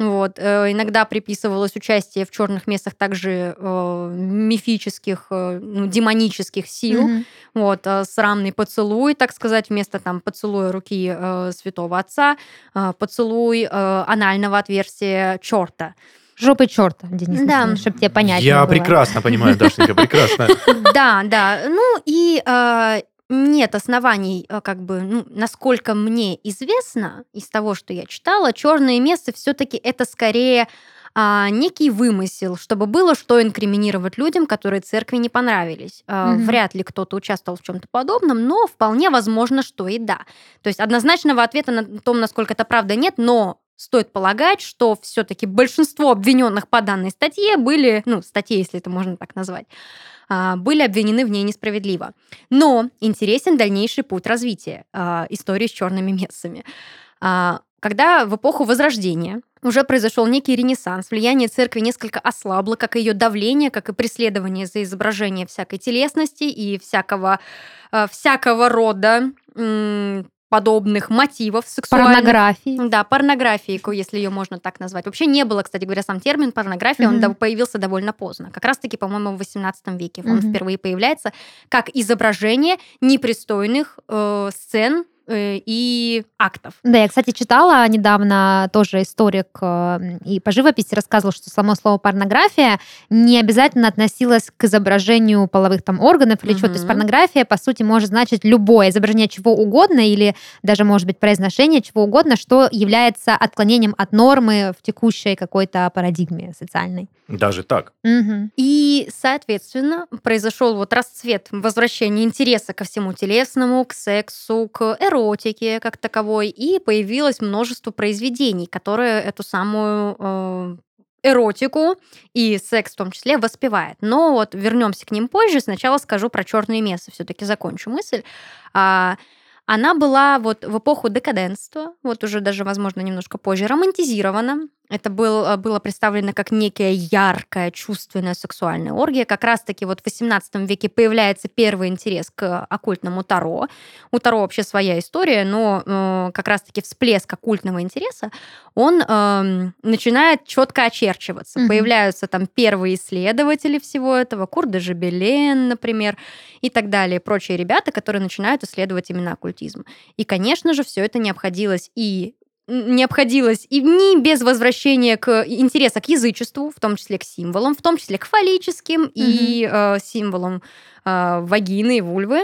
Вот. Иногда приписывалось участие в черных мессах также э, мифических, э, ну, демонических сил. Мгм. Вот. э, Срамный поцелуй, так сказать, вместо там поцелуя руки э, святого отца, э, поцелуй э, анального отверстия черта. Жопой черта, Денис, Да. чтобы тебе понятнее Я было. прекрасно понимаю, Дашенька, прекрасно. Да, да. Ну и э, нет оснований, э, как бы, ну, насколько мне известно из того, что я читала, черные мессы все-таки это скорее а, некий вымысел, чтобы было что инкриминировать людям, которые церкви не понравились. А, Мгм. Вряд ли кто-то участвовал в чем-то подобном, но вполне возможно, что и да. То есть однозначного ответа на том, насколько это правда, нет, но стоит полагать, что все-таки большинство обвиненных по данной статье были, ну, статье, если это можно так назвать, а, были обвинены в ней несправедливо. Но интересен дальнейший путь развития а, истории с черными мессами. А, Когда в эпоху Возрождения уже произошел некий ренессанс, влияние церкви несколько ослабло, как и ее давление, как и преследование за изображение всякой телесности и всякого, э, всякого рода м, подобных мотивов сексуальных. Порнографии. Да, порнографии, ко- если ее можно так назвать. Вообще не было, кстати говоря, сам термин порнография, он Мгм. дов- появился довольно поздно. Как раз-таки, по-моему, в восемнадцатом веке он Мгм. впервые появляется как изображение непристойных э, сцен э, и актов. Да, я, кстати, читала недавно тоже историк э, и по живописи рассказывал, что само слово порнография не обязательно относилось к изображению половых там органов или чего-то. То есть Мгм. порнография, по сути, может значить любое изображение чего угодно или даже, может быть, произношение чего угодно, что является отклонением от нормы в текущей какой-то парадигме социальной. Даже так. Мгм. И, соответственно, произошел вот расцвет возвращения интереса ко всему телесному, к сексу, к эротике как таковой, и появилось множество произведений, которые эту самую э, эротику и секс в том числе воспевает. Но вот вернемся к ним позже. Сначала скажу про черные мессы, все-таки закончу мысль. А, Она была вот в эпоху декаденства, вот уже даже, возможно, немножко позже, романтизирована. Это был, было представлено как некая яркая, чувственная сексуальная оргия. Как раз-таки вот в восемнадцатом веке появляется первый интерес к оккультному Таро. У Таро вообще своя история, но э, как раз-таки всплеск оккультного интереса, он э, начинает четко очерчиваться. Мгм. Появляются там первые исследователи всего этого, Кур де Жебелен, например, и так далее, прочие ребята, которые начинают исследовать именно оккультизм. И, конечно же, все это не обходилось и не обходилось и не без возвращения к интереса к язычеству, в том числе к символам, в том числе к фаллическим и э, символам э, вагины и вульвы.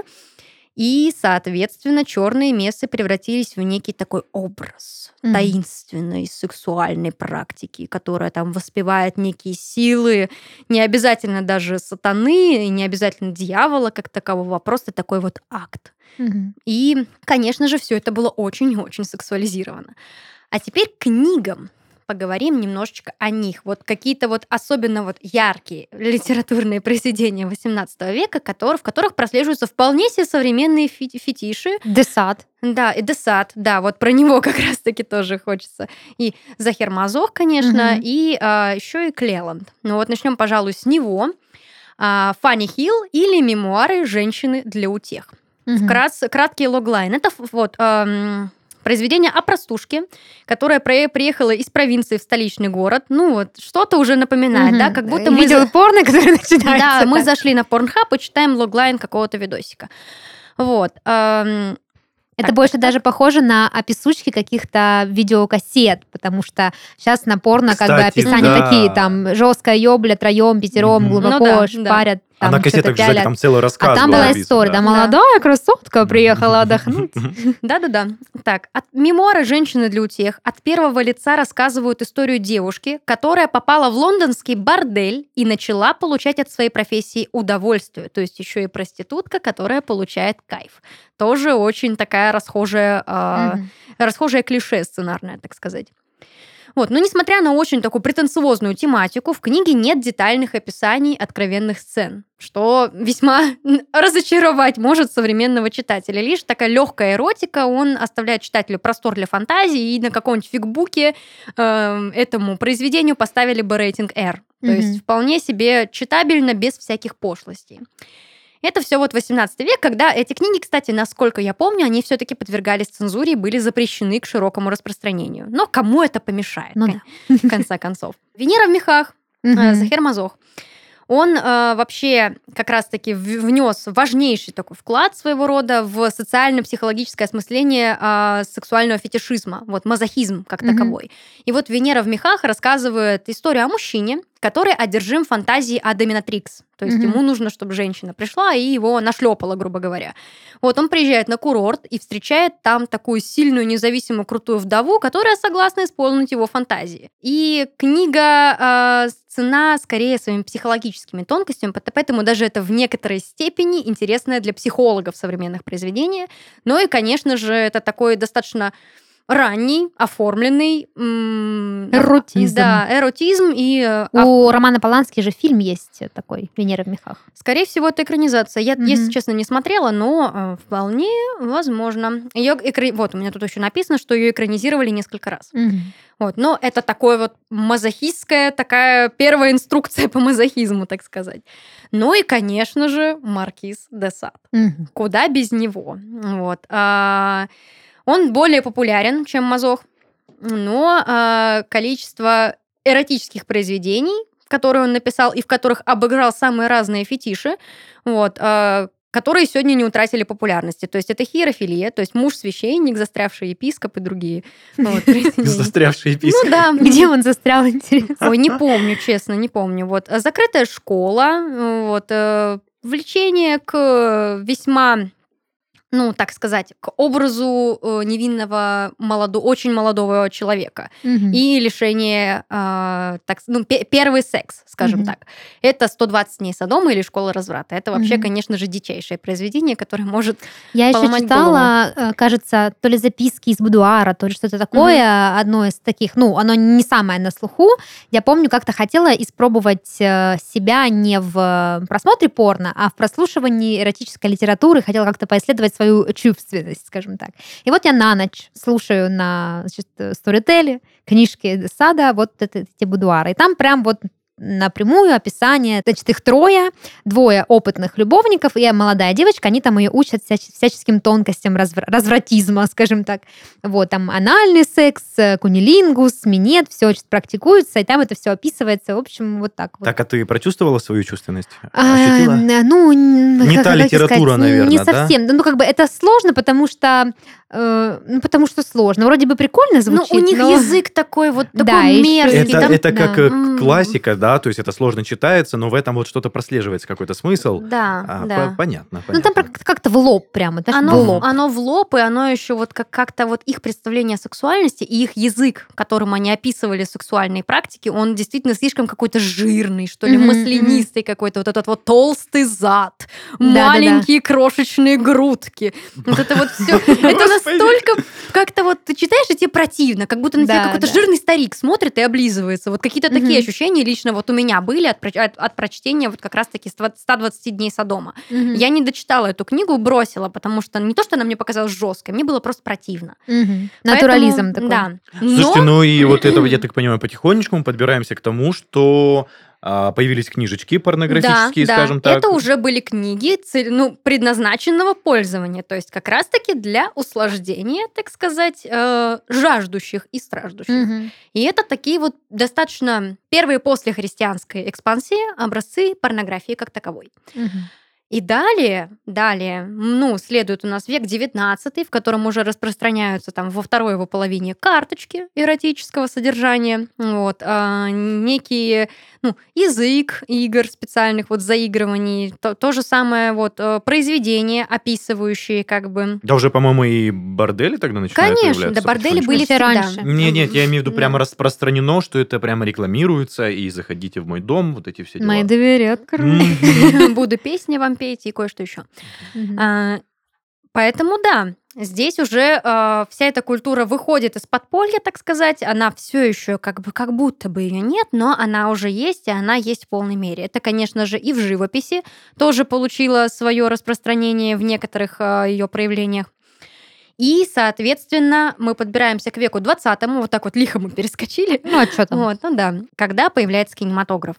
И, соответственно, черные мессы превратились в некий такой образ Мгм. таинственной сексуальной практики, которая там воспевает некие силы, не обязательно даже сатаны, не обязательно дьявола как такового, а просто такой вот акт. Мгм. И, конечно же, все это было очень-очень сексуализировано. А теперь к книгам. Поговорим немножечко о них. Вот какие-то вот особенно вот яркие литературные произведения восемнадцатого века, которые, в которых прослеживаются вполне себе современные фи- фетиши. Десад. Да, и Десад, да, вот про него как раз-таки тоже хочется. И Захер Мазох, конечно, Мгм. и а, еще и Клеланд. Ну вот начнем, пожалуй, с него. А, Фанни Хилл или «Мемуары женщины для утех». Мгм. Вкратце, краткий логлайн. Это ф- вот эм, произведение о простушке, которая про- приехала из провинции в столичный город. Ну вот, что-то уже напоминает, Мгм. да, как будто мы... Видела за- порно, которое начинается. Да, мы так. зашли на Порнхаб и читаем логлайн какого-то видосика. Вот. эм, Это Так, больше так, даже похоже на описучки каких-то видеокассет, потому что сейчас на порно как бы Кстати, описания да. такие, там жесткая ёбля, троем, пятером, Мгм. глубоко Ну да, да. шпарят, А там на что-то кассетах же сзади пялят. там целый А рассказ там был была написан, история, да. да, Да. молодая красотка приехала отдохнуть. Да-да-да. Так, от мемуара «Женщины для утех» от первого лица рассказывают историю девушки, которая попала в лондонский бордель и начала получать от своей профессии удовольствие. То есть еще и проститутка, которая получает кайф. Тоже очень такая расхожая, а, Мгм. расхожее клише сценарное, так сказать. Вот. Но несмотря на очень такую претенциозную тематику, в книге нет детальных описаний откровенных сцен, что весьма разочаровать может современного читателя. Лишь такая легкая эротика, он оставляет читателю простор для фантазии, и на каком-нибудь фигбуке э, этому произведению поставили бы рейтинг R. То Мгм. есть вполне себе читабельно, без всяких пошлостей. Это все вот восемнадцатый век, когда эти книги, кстати, насколько я помню, они все-таки подвергались цензуре и были запрещены к широкому распространению. Но кому это помешает, Ну кон- в конце концов? «Венера в мехах», э, Мгм. Захер Мазох. Он э, вообще как раз-таки в- внес важнейший такой вклад своего рода в социально-психологическое осмысление э, сексуального фетишизма, вот мазохизм как Мгм. таковой. И вот «Венера в мехах» рассказывает историю о мужчине, который одержим фантазией о доминатрикс. То есть Мгм. ему нужно, чтобы женщина пришла и его нашлепала, грубо говоря. Вот он приезжает на курорт и встречает там такую сильную, независимую, крутую вдову, которая согласна исполнить его фантазии. И книга э, цена скорее своими психологическими тонкостями, пот- поэтому даже это в некоторой степени интересное для психологов современных произведений. Ну и, конечно же, это такой достаточно ранний, оформленный... м, Эротизм. Да, эротизм и... э, а- У Романа Полански же фильм есть такой «Венера в мехах». Скорее всего, это экранизация. Я, Мгм. если честно, не смотрела, но э, вполне возможно. Ее экра- Вот, у меня тут еще написано, что ее экранизировали несколько раз. Мгм. Вот, но это такое вот мазохистская, такая первая инструкция по мазохизму, так сказать. Ну и, конечно же, Маркиз де Сад. Мгм. Куда без него? Вот. А, Он более популярен, чем Мазох, но а, количество эротических произведений, которые он написал и в которых обыграл самые разные фетиши, вот, а, которые сегодня не утратили популярности. То есть это хиерофилия, то есть муж-священник, застрявший епископ и другие вот, произведения. Застрявший Ну епископ. да. Где он застрял, интересно? Ой, не помню, честно, не помню. Вот. А закрытая школа, вот, э, влечение к весьма, ну, так сказать, к образу э, невинного, молодо, очень молодого человека. Мгм. И лишение, э, так, с- ну, пе- первый секс, скажем Мгм. так. Это сто двадцать дней Содома или Школа разврата. Это вообще, Мгм. конечно же, дичайшее произведение, которое может... Я еще поломать читала, э, кажется, то ли записки из будуара, то ли что-то такое, одно из таких, ну, оно не самое на слуху. Я помню, как-то хотела испробовать э, себя не в просмотре порно, а в прослушивании эротической литературы, хотела как-то поисследовать свою чувственность, скажем так. И вот я на ночь слушаю на значит, сторителе книжки де Сада вот это- эти будуары. И там прям вот напрямую описание, значит, их трое, двое опытных любовников и молодая девочка, они там ее учат всяч- всяческим тонкостям развра- развратизма, скажем так. Вот, там анальный секс, э, кунилингус, минет, все практикуется, и там это все описывается, в общем, вот так вот. Так, а ты прочувствовала свою чувственность? А, Ощутила? н- ну, н- Не как- та как тебе литература, сказать, наверно, не да? совсем. Ну, как бы это сложно, потому что, э, ну, потому что сложно. Вроде бы прикольно звучит, Ну, у них но... язык такой вот, Да, такой еще мерзкий. Это, там- это как да. э, М. классика, да, то есть это сложно читается, но в этом вот что-то прослеживается, какой-то смысл. Да, А, да. по- понятно, Ну, там понятно. как- как-то в лоб прямо, знаешь, Оно, в лоб. оно в лоб, и оно еще вот как- как-то вот их представление о сексуальности и их язык, которым они описывали сексуальные практики, он действительно слишком какой-то жирный, что ли, Мгм, маслянистый какой-то, вот этот вот толстый зад, Да-да-да. маленькие крошечные грудки. Вот это вот все. Это настолько как-то вот ты читаешь, и тебе противно, как будто на тебя Да, какой-то да. жирный старик смотрит и облизывается. Вот какие-то такие Мгм. ощущения лично вот у меня были от, проч- от- от прочтения вот как раз-таки ста двадцати дней Содома. Мгм. Я не дочитала эту книгу, бросила, потому что не то, что она мне показалась жесткой, мне было просто противно. Мгм. Поэтому, Натурализм такой. Да. Слушайте, Но ну и вот это, я так понимаю, потихонечку мы подбираемся к тому, что а, появились книжечки порнографические, да, скажем да, так. это уже были книги цель- ну, предназначенного пользования, то есть как раз-таки для услаждения, так сказать, э, жаждущих и страждущих. Мгм. И это такие вот достаточно первые после христианской экспансии образцы порнографии как таковой. Мгм. И далее, далее, ну, следует у нас век девятнадцатый, в котором уже распространяются там во второй его половине карточки эротического содержания, вот, а, некие, ну, язык игр специальных вот заигрываний, то, то же самое вот э, произведения, описывающие как бы... Да уже, по-моему, и бордели тогда начинают Конечно, появляться да, бордели потихонечку. были Еще всегда. раньше. Не, нет, я имею в виду Да. прямо распространено, что это прямо рекламируется, и заходите в мой дом, вот эти все дела. Мои двери открыты. Мгм. Буду песни вам петь и кое-что еще. Мгм. А, Поэтому да, здесь уже э, вся эта культура выходит из подполья, так сказать. Она все еще как бы как будто бы ее нет, но она уже есть, и она есть в полной мере. Это, конечно же, и в живописи тоже получила свое распространение в некоторых ее проявлениях. И, соответственно, мы подбираемся к веку двадцатому, вот так вот лихо мы перескочили. Ну, а что там? Вот, ну да, когда появляется кинематограф.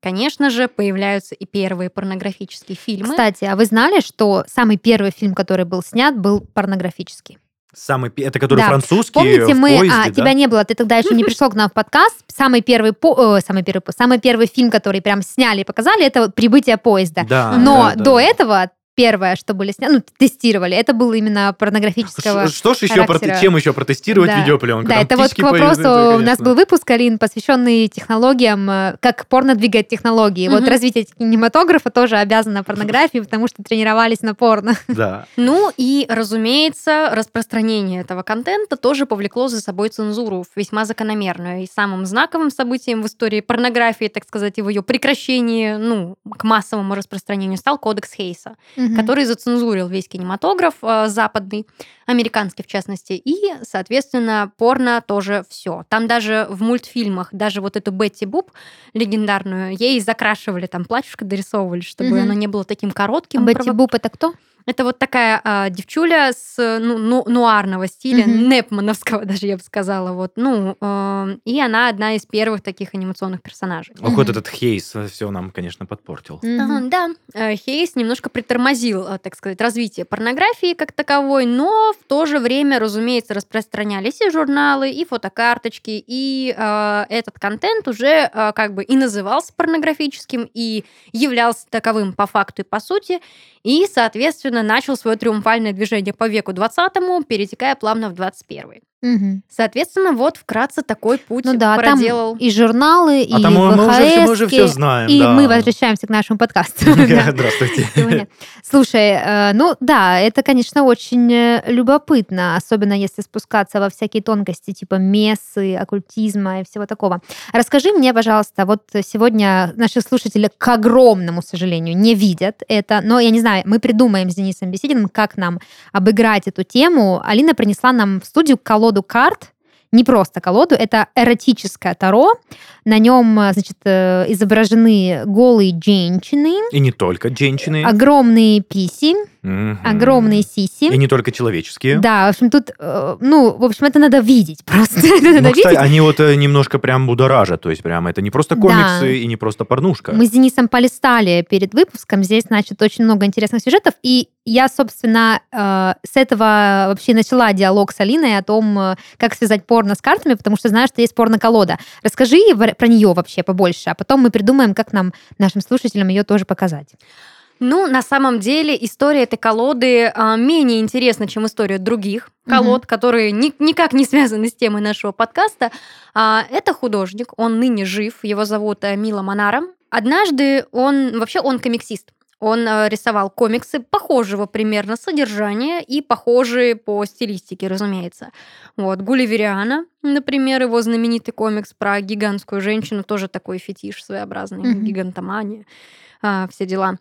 конечно же, появляются и первые порнографические фильмы. Кстати, а вы знали, что самый первый фильм, который был снят, был порнографический? Самый, пе- это который Да. французский, Помните, в мы, поезде, а, да? тебя не было, ты тогда еще не пришел к нам в подкаст. Самый первый, по, э, самый первый, по- самый первый фильм, который прям сняли и показали, это вот «Прибытие поезда». Да, Но да, да. до этого первое, что были сняты, ну, тестировали, это было именно порнографического Ш- Что ж еще, характера. проте- чем еще протестировать Да. видеопленку? Да, Там это вот птички к вопросу, появятся, у нас конечно. был выпуск, Алин, посвященный технологиям, э, как порно двигает технологии. Вот Мгм. развитие кинематографа тоже обязано порнографии, потому что тренировались на порно. Да. Ну и, разумеется, распространение этого контента тоже повлекло за собой цензуру, весьма закономерную. И самым знаковым событием в истории порнографии, так сказать, и в ее прекращении, ну, к массовому распространению стал Кодекс Хейса, который зацензурил весь кинематограф э, западный, американский в частности, и, соответственно, порно тоже все. Там даже в мультфильмах, даже вот эту Бетти Буб легендарную, ей закрашивали, там платьюшко дорисовывали, чтобы Мгм. оно не было таким коротким. Бетти прово- Буп это кто? Это вот такая а, девчуля с ну, ну, нуарного стиля, Мгм. непмановского даже, я бы сказала. Вот. Ну, э, и она одна из первых таких анимационных персонажей. Ох, вот Мгм. этот Хейс все нам, конечно, подпортил. Ага, Мгм. да, э, Хейс немножко притормозил, э, так сказать, развитие порнографии как таковой, но в то же время, разумеется, распространялись и журналы, и фотокарточки, и э, этот контент уже э, как бы и назывался порнографическим, и являлся таковым по факту и по сути, и, соответственно, начал свое триумфальное движение по веку двадцатому, перетекая плавно в двадцать первый. Мгм. Соответственно, вот вкратце такой путь Ну да, проделал. там и журналы, и А там мы, мы уже, все, мы уже все ВХСки, знаем. и да. мы возвращаемся к нашему подкасту. Да. Здравствуйте. Сегодня. Слушай, э, ну да, это, конечно, очень э, любопытно, особенно если спускаться во всякие тонкости типа мессы, оккультизма и всего такого. Расскажи мне, пожалуйста, вот сегодня наши слушатели, к огромному сожалению, не видят это, но я не знаю, мы придумаем с Денисом Бесединым, как нам обыграть эту тему. Алина принесла нам в студию колоду карт, не просто колоду, это эротическое таро. На нем, значит, э, изображены голые женщины, И не только женщины. огромные писи, Мгм. огромные сиси. И не только человеческие. Да, в общем, тут, э, ну, в общем, это надо видеть просто. Это надо Ну, кстати, видеть. они вот э, немножко прям будоражат. То есть прям это не просто Да. комиксы и не просто порнушка. Мы с Денисом полистали перед выпуском. Здесь, значит, очень много интересных сюжетов. И я, собственно, э, с этого вообще начала диалог с Алиной о том, э, как связать порно с картами, потому что знаю, что есть порно-колода. Расскажи в- про нее вообще побольше, а потом мы придумаем, как нам, нашим слушателям, ее тоже показать. Ну, на самом деле, история этой колоды а, менее интересна, чем история других колод, которые ни- никак не связаны с темой нашего подкаста. А, это художник, он ныне жив, его зовут э, Мила Манара. Однажды он, вообще он комиксист, он э, рисовал комиксы похожего примерно содержания и похожие по стилистике, разумеется. Вот, Гулливериана, например, его знаменитый комикс про гигантскую женщину, тоже такой фетиш своеобразный, Мгм. гигантомания, а, все дела.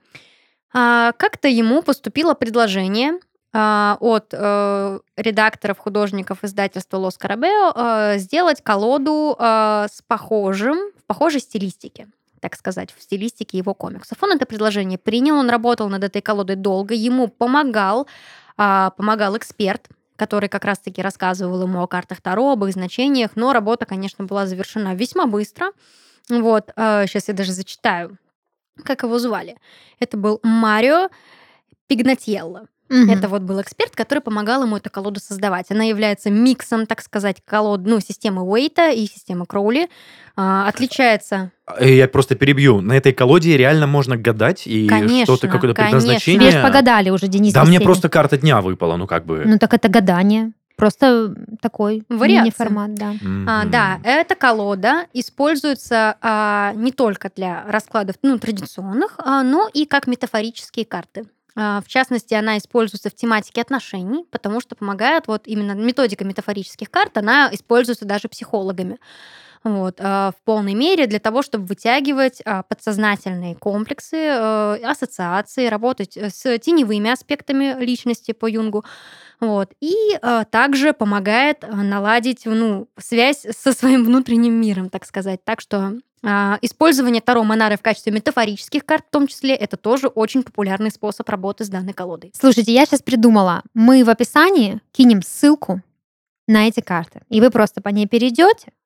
А, Как-то ему поступило предложение а, от э, редакторов, художников издательства Лос Карабео э, сделать колоду э, с похожим, в похожей стилистике, так сказать, в стилистике его комиксов. Он это предложение принял, он работал над этой колодой долго, ему помогал, а, помогал эксперт, который как раз-таки рассказывал ему о картах Таро, об их значениях, но работа, конечно, была завершена весьма быстро. Вот, сейчас я даже зачитаю, как его звали. Это был Марио Пигнатьелло. Мгм. Это вот был эксперт, который помогал ему эту колоду создавать. Она является миксом, так сказать, колод, ну, системы Уэйта и системы Кроули. А, отличается... Э, Я просто перебью. На этой колоде реально можно гадать и Конечно, что-то, какое-то конечно. предназначение. Тебе ж погадали уже, Денис. Да, мне Беседин. просто карта дня выпала, ну как бы. Ну так это гадание. Просто такой Вариация. мини-формат, да. А, Мгм. да, эта колода используется а, не только для раскладов ну, традиционных, а, но и как метафорические карты. А, в частности, она используется в тематике отношений, потому что помогает вот именно методика метафорических карт, она используется даже психологами. Вот, а, в полной мере для того, чтобы вытягивать а, подсознательные комплексы, э, ассоциации, работать с теневыми аспектами личности по Юнгу. Вот. И а, также помогает а, наладить ну, связь со своим внутренним миром, так сказать. Так что а, использование Таро Манары в качестве метафорических карт, в том числе, это тоже очень популярный способ работы с данной колодой. Слушайте, я сейчас придумала. Мы в описании кинем ссылку на эти карты. И вы просто по ней перейдете,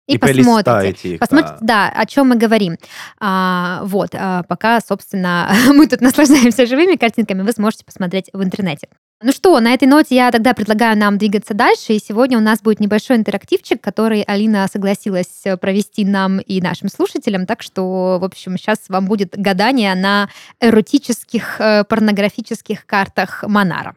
И, И посмотрите. полистайте их, Посмотрите, да. да, о чем мы говорим. А, вот, а, пока, собственно, мы тут наслаждаемся живыми картинками, вы сможете посмотреть в интернете. Ну что, на этой ноте я тогда предлагаю нам двигаться дальше. И сегодня у нас будет небольшой интерактивчик, который Алина согласилась провести нам и нашим слушателям. Так что, в общем, сейчас вам будет гадание на эротических, э, порнографических картах Монара.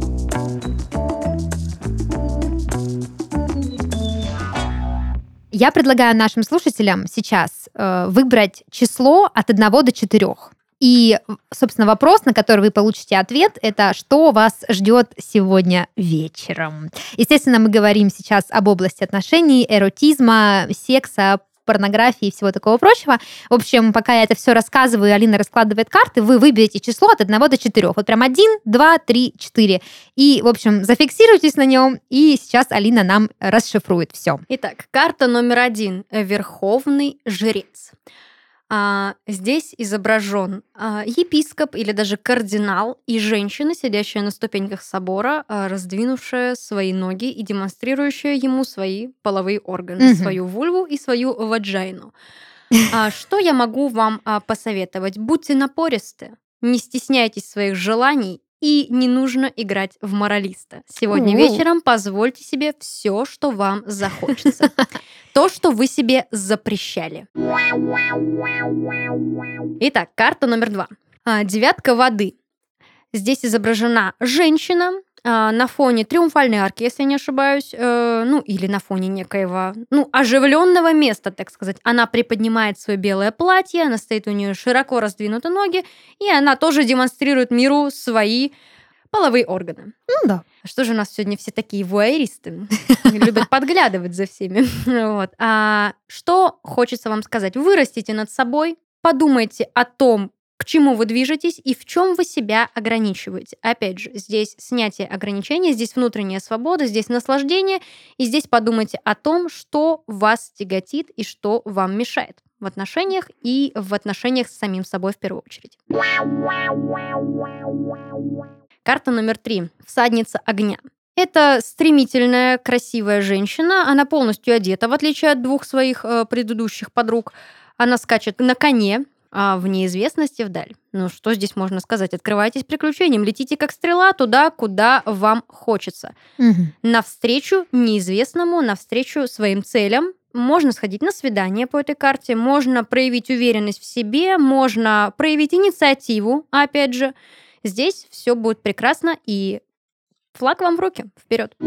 Я предлагаю нашим слушателям сейчас э, выбрать число от одного до четырех. И, собственно, вопрос, на который вы получите ответ, это что вас ждет сегодня вечером. Естественно, мы говорим сейчас об области отношений, эротизма, секса, порнографии и всего такого прочего. В общем, пока я это все рассказываю, Алина раскладывает карты, вы выберете число от одного до четырех. Вот прям один, два, три, четыре. И, в общем, зафиксируйтесь на нем, и сейчас Алина нам расшифрует все. Итак, карта номер один. Верховный жрец. А, здесь изображен а, епископ или даже кардинал и женщина, сидящая на ступеньках собора, а, раздвинувшая свои ноги и демонстрирующая ему свои половые органы, Мгм. свою вульву и свою ваджайну. А, что я могу вам а, посоветовать? Будьте напористы, не стесняйтесь своих желаний и не нужно играть в моралиста. Сегодня У. вечером позвольте себе все, что вам захочется. То, что вы себе запрещали. Итак, карта номер два. А, Девятка воды. Здесь изображена женщина а, на фоне триумфальной арки, если я не ошибаюсь, э, ну или на фоне некоего, ну, оживленного места, так сказать. Она приподнимает свое белое платье, она стоит, у нее широко раздвинуты ноги, и она тоже демонстрирует миру свои половые органы. Ну да. Что же у нас сегодня все такие вуайеристы? Любят подглядывать за всеми. Вот. А что хочется вам сказать? Вырастите над собой, подумайте о том, к чему вы движетесь и в чем вы себя ограничиваете. Опять же, здесь снятие ограничений, здесь внутренняя свобода, здесь наслаждение, и здесь подумайте о том, что вас тяготит и что вам мешает в отношениях и в отношениях с самим собой в первую очередь. Карта номер три. Всадница огня. Это стремительная, красивая женщина. Она полностью одета, в отличие от двух своих э, предыдущих подруг. Она скачет на коне а, в неизвестности вдаль. Ну, что здесь можно сказать? Открывайтесь приключениям, летите как стрела туда, куда вам хочется. Мгм. Навстречу неизвестному, навстречу своим целям. Можно сходить на свидание по этой карте, можно проявить уверенность в себе, можно проявить инициативу, опять же. Здесь все будет прекрасно, и флаг вам в руки. Вперед.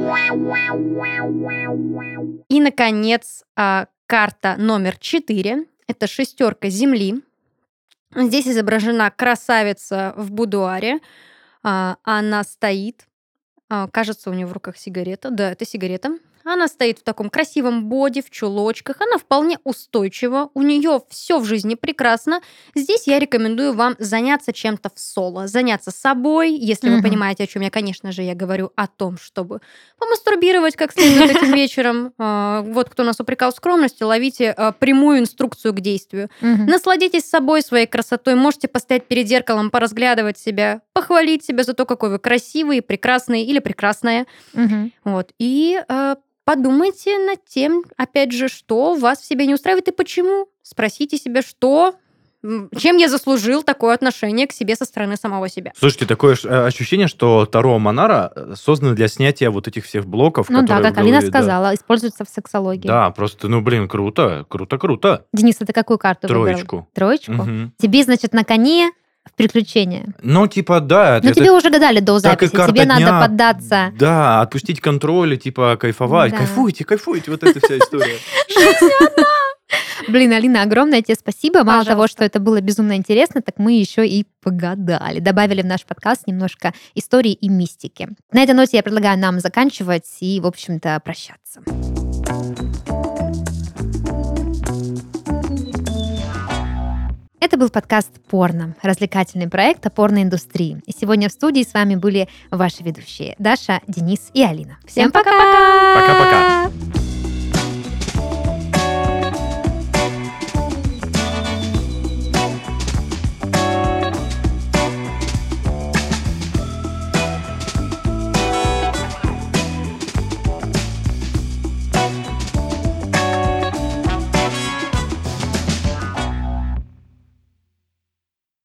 И, наконец, а, карта номер четыре. Это шестерка земли. Здесь изображена красавица в будуаре. А, Она стоит. А, Кажется, у нее в руках сигарета. Да, это сигарета. Она стоит в таком красивом боди, в чулочках. Она вполне устойчива. У нее все в жизни прекрасно. Здесь я рекомендую вам заняться чем-то в соло. Заняться собой. Если вы Мгм. понимаете, о чем я, конечно же, я говорю о том, чтобы помастурбировать как следует этим вечером. А, Вот кто нас упрекал в скромности, ловите а, прямую инструкцию к действию. Мгм. Насладитесь собой, своей красотой. Можете постоять перед зеркалом, поразглядывать себя, похвалить себя за то, какой вы красивый, прекрасный или прекрасная. Мгм. Вот. И э, подумайте над тем, опять же, что вас в себе не устраивает и почему. Спросите себя, что, м, чем я заслужил такое отношение к себе со стороны самого себя. Слушайте, такое ж, э, ощущение, что Таро Монара э, создано для снятия вот этих всех блоков, Ну да, которые как вы Алина говорили, да. сказала, используется в сексологии. Да, просто, ну, блин, круто, круто, круто. Денис, а ты какую карту выбрал? Троечку. Троечку? Мгм. Тебе, значит, на коне в приключения. Ну, типа, да. Ну, это- тебе уже гадали до так и записи. карта Тебе надо дня. поддаться. Да, отпустить контроль и, типа, кайфовать. Да. Кайфуйте, кайфуйте, вот эта вся история. Блин, Алина, огромное тебе спасибо. Мало Пожалуйста. того, что это было безумно интересно, так мы еще и погадали. Добавили в наш подкаст немножко истории и мистики. На этой ноте я предлагаю нам заканчивать и, в общем-то, прощаться. Это был подкаст «Порно», развлекательный проект о порноиндустрии. И сегодня в студии с вами были ваши ведущие Даша, Денис и Алина. Всем Всем пока-пока! пока! Пока-пока.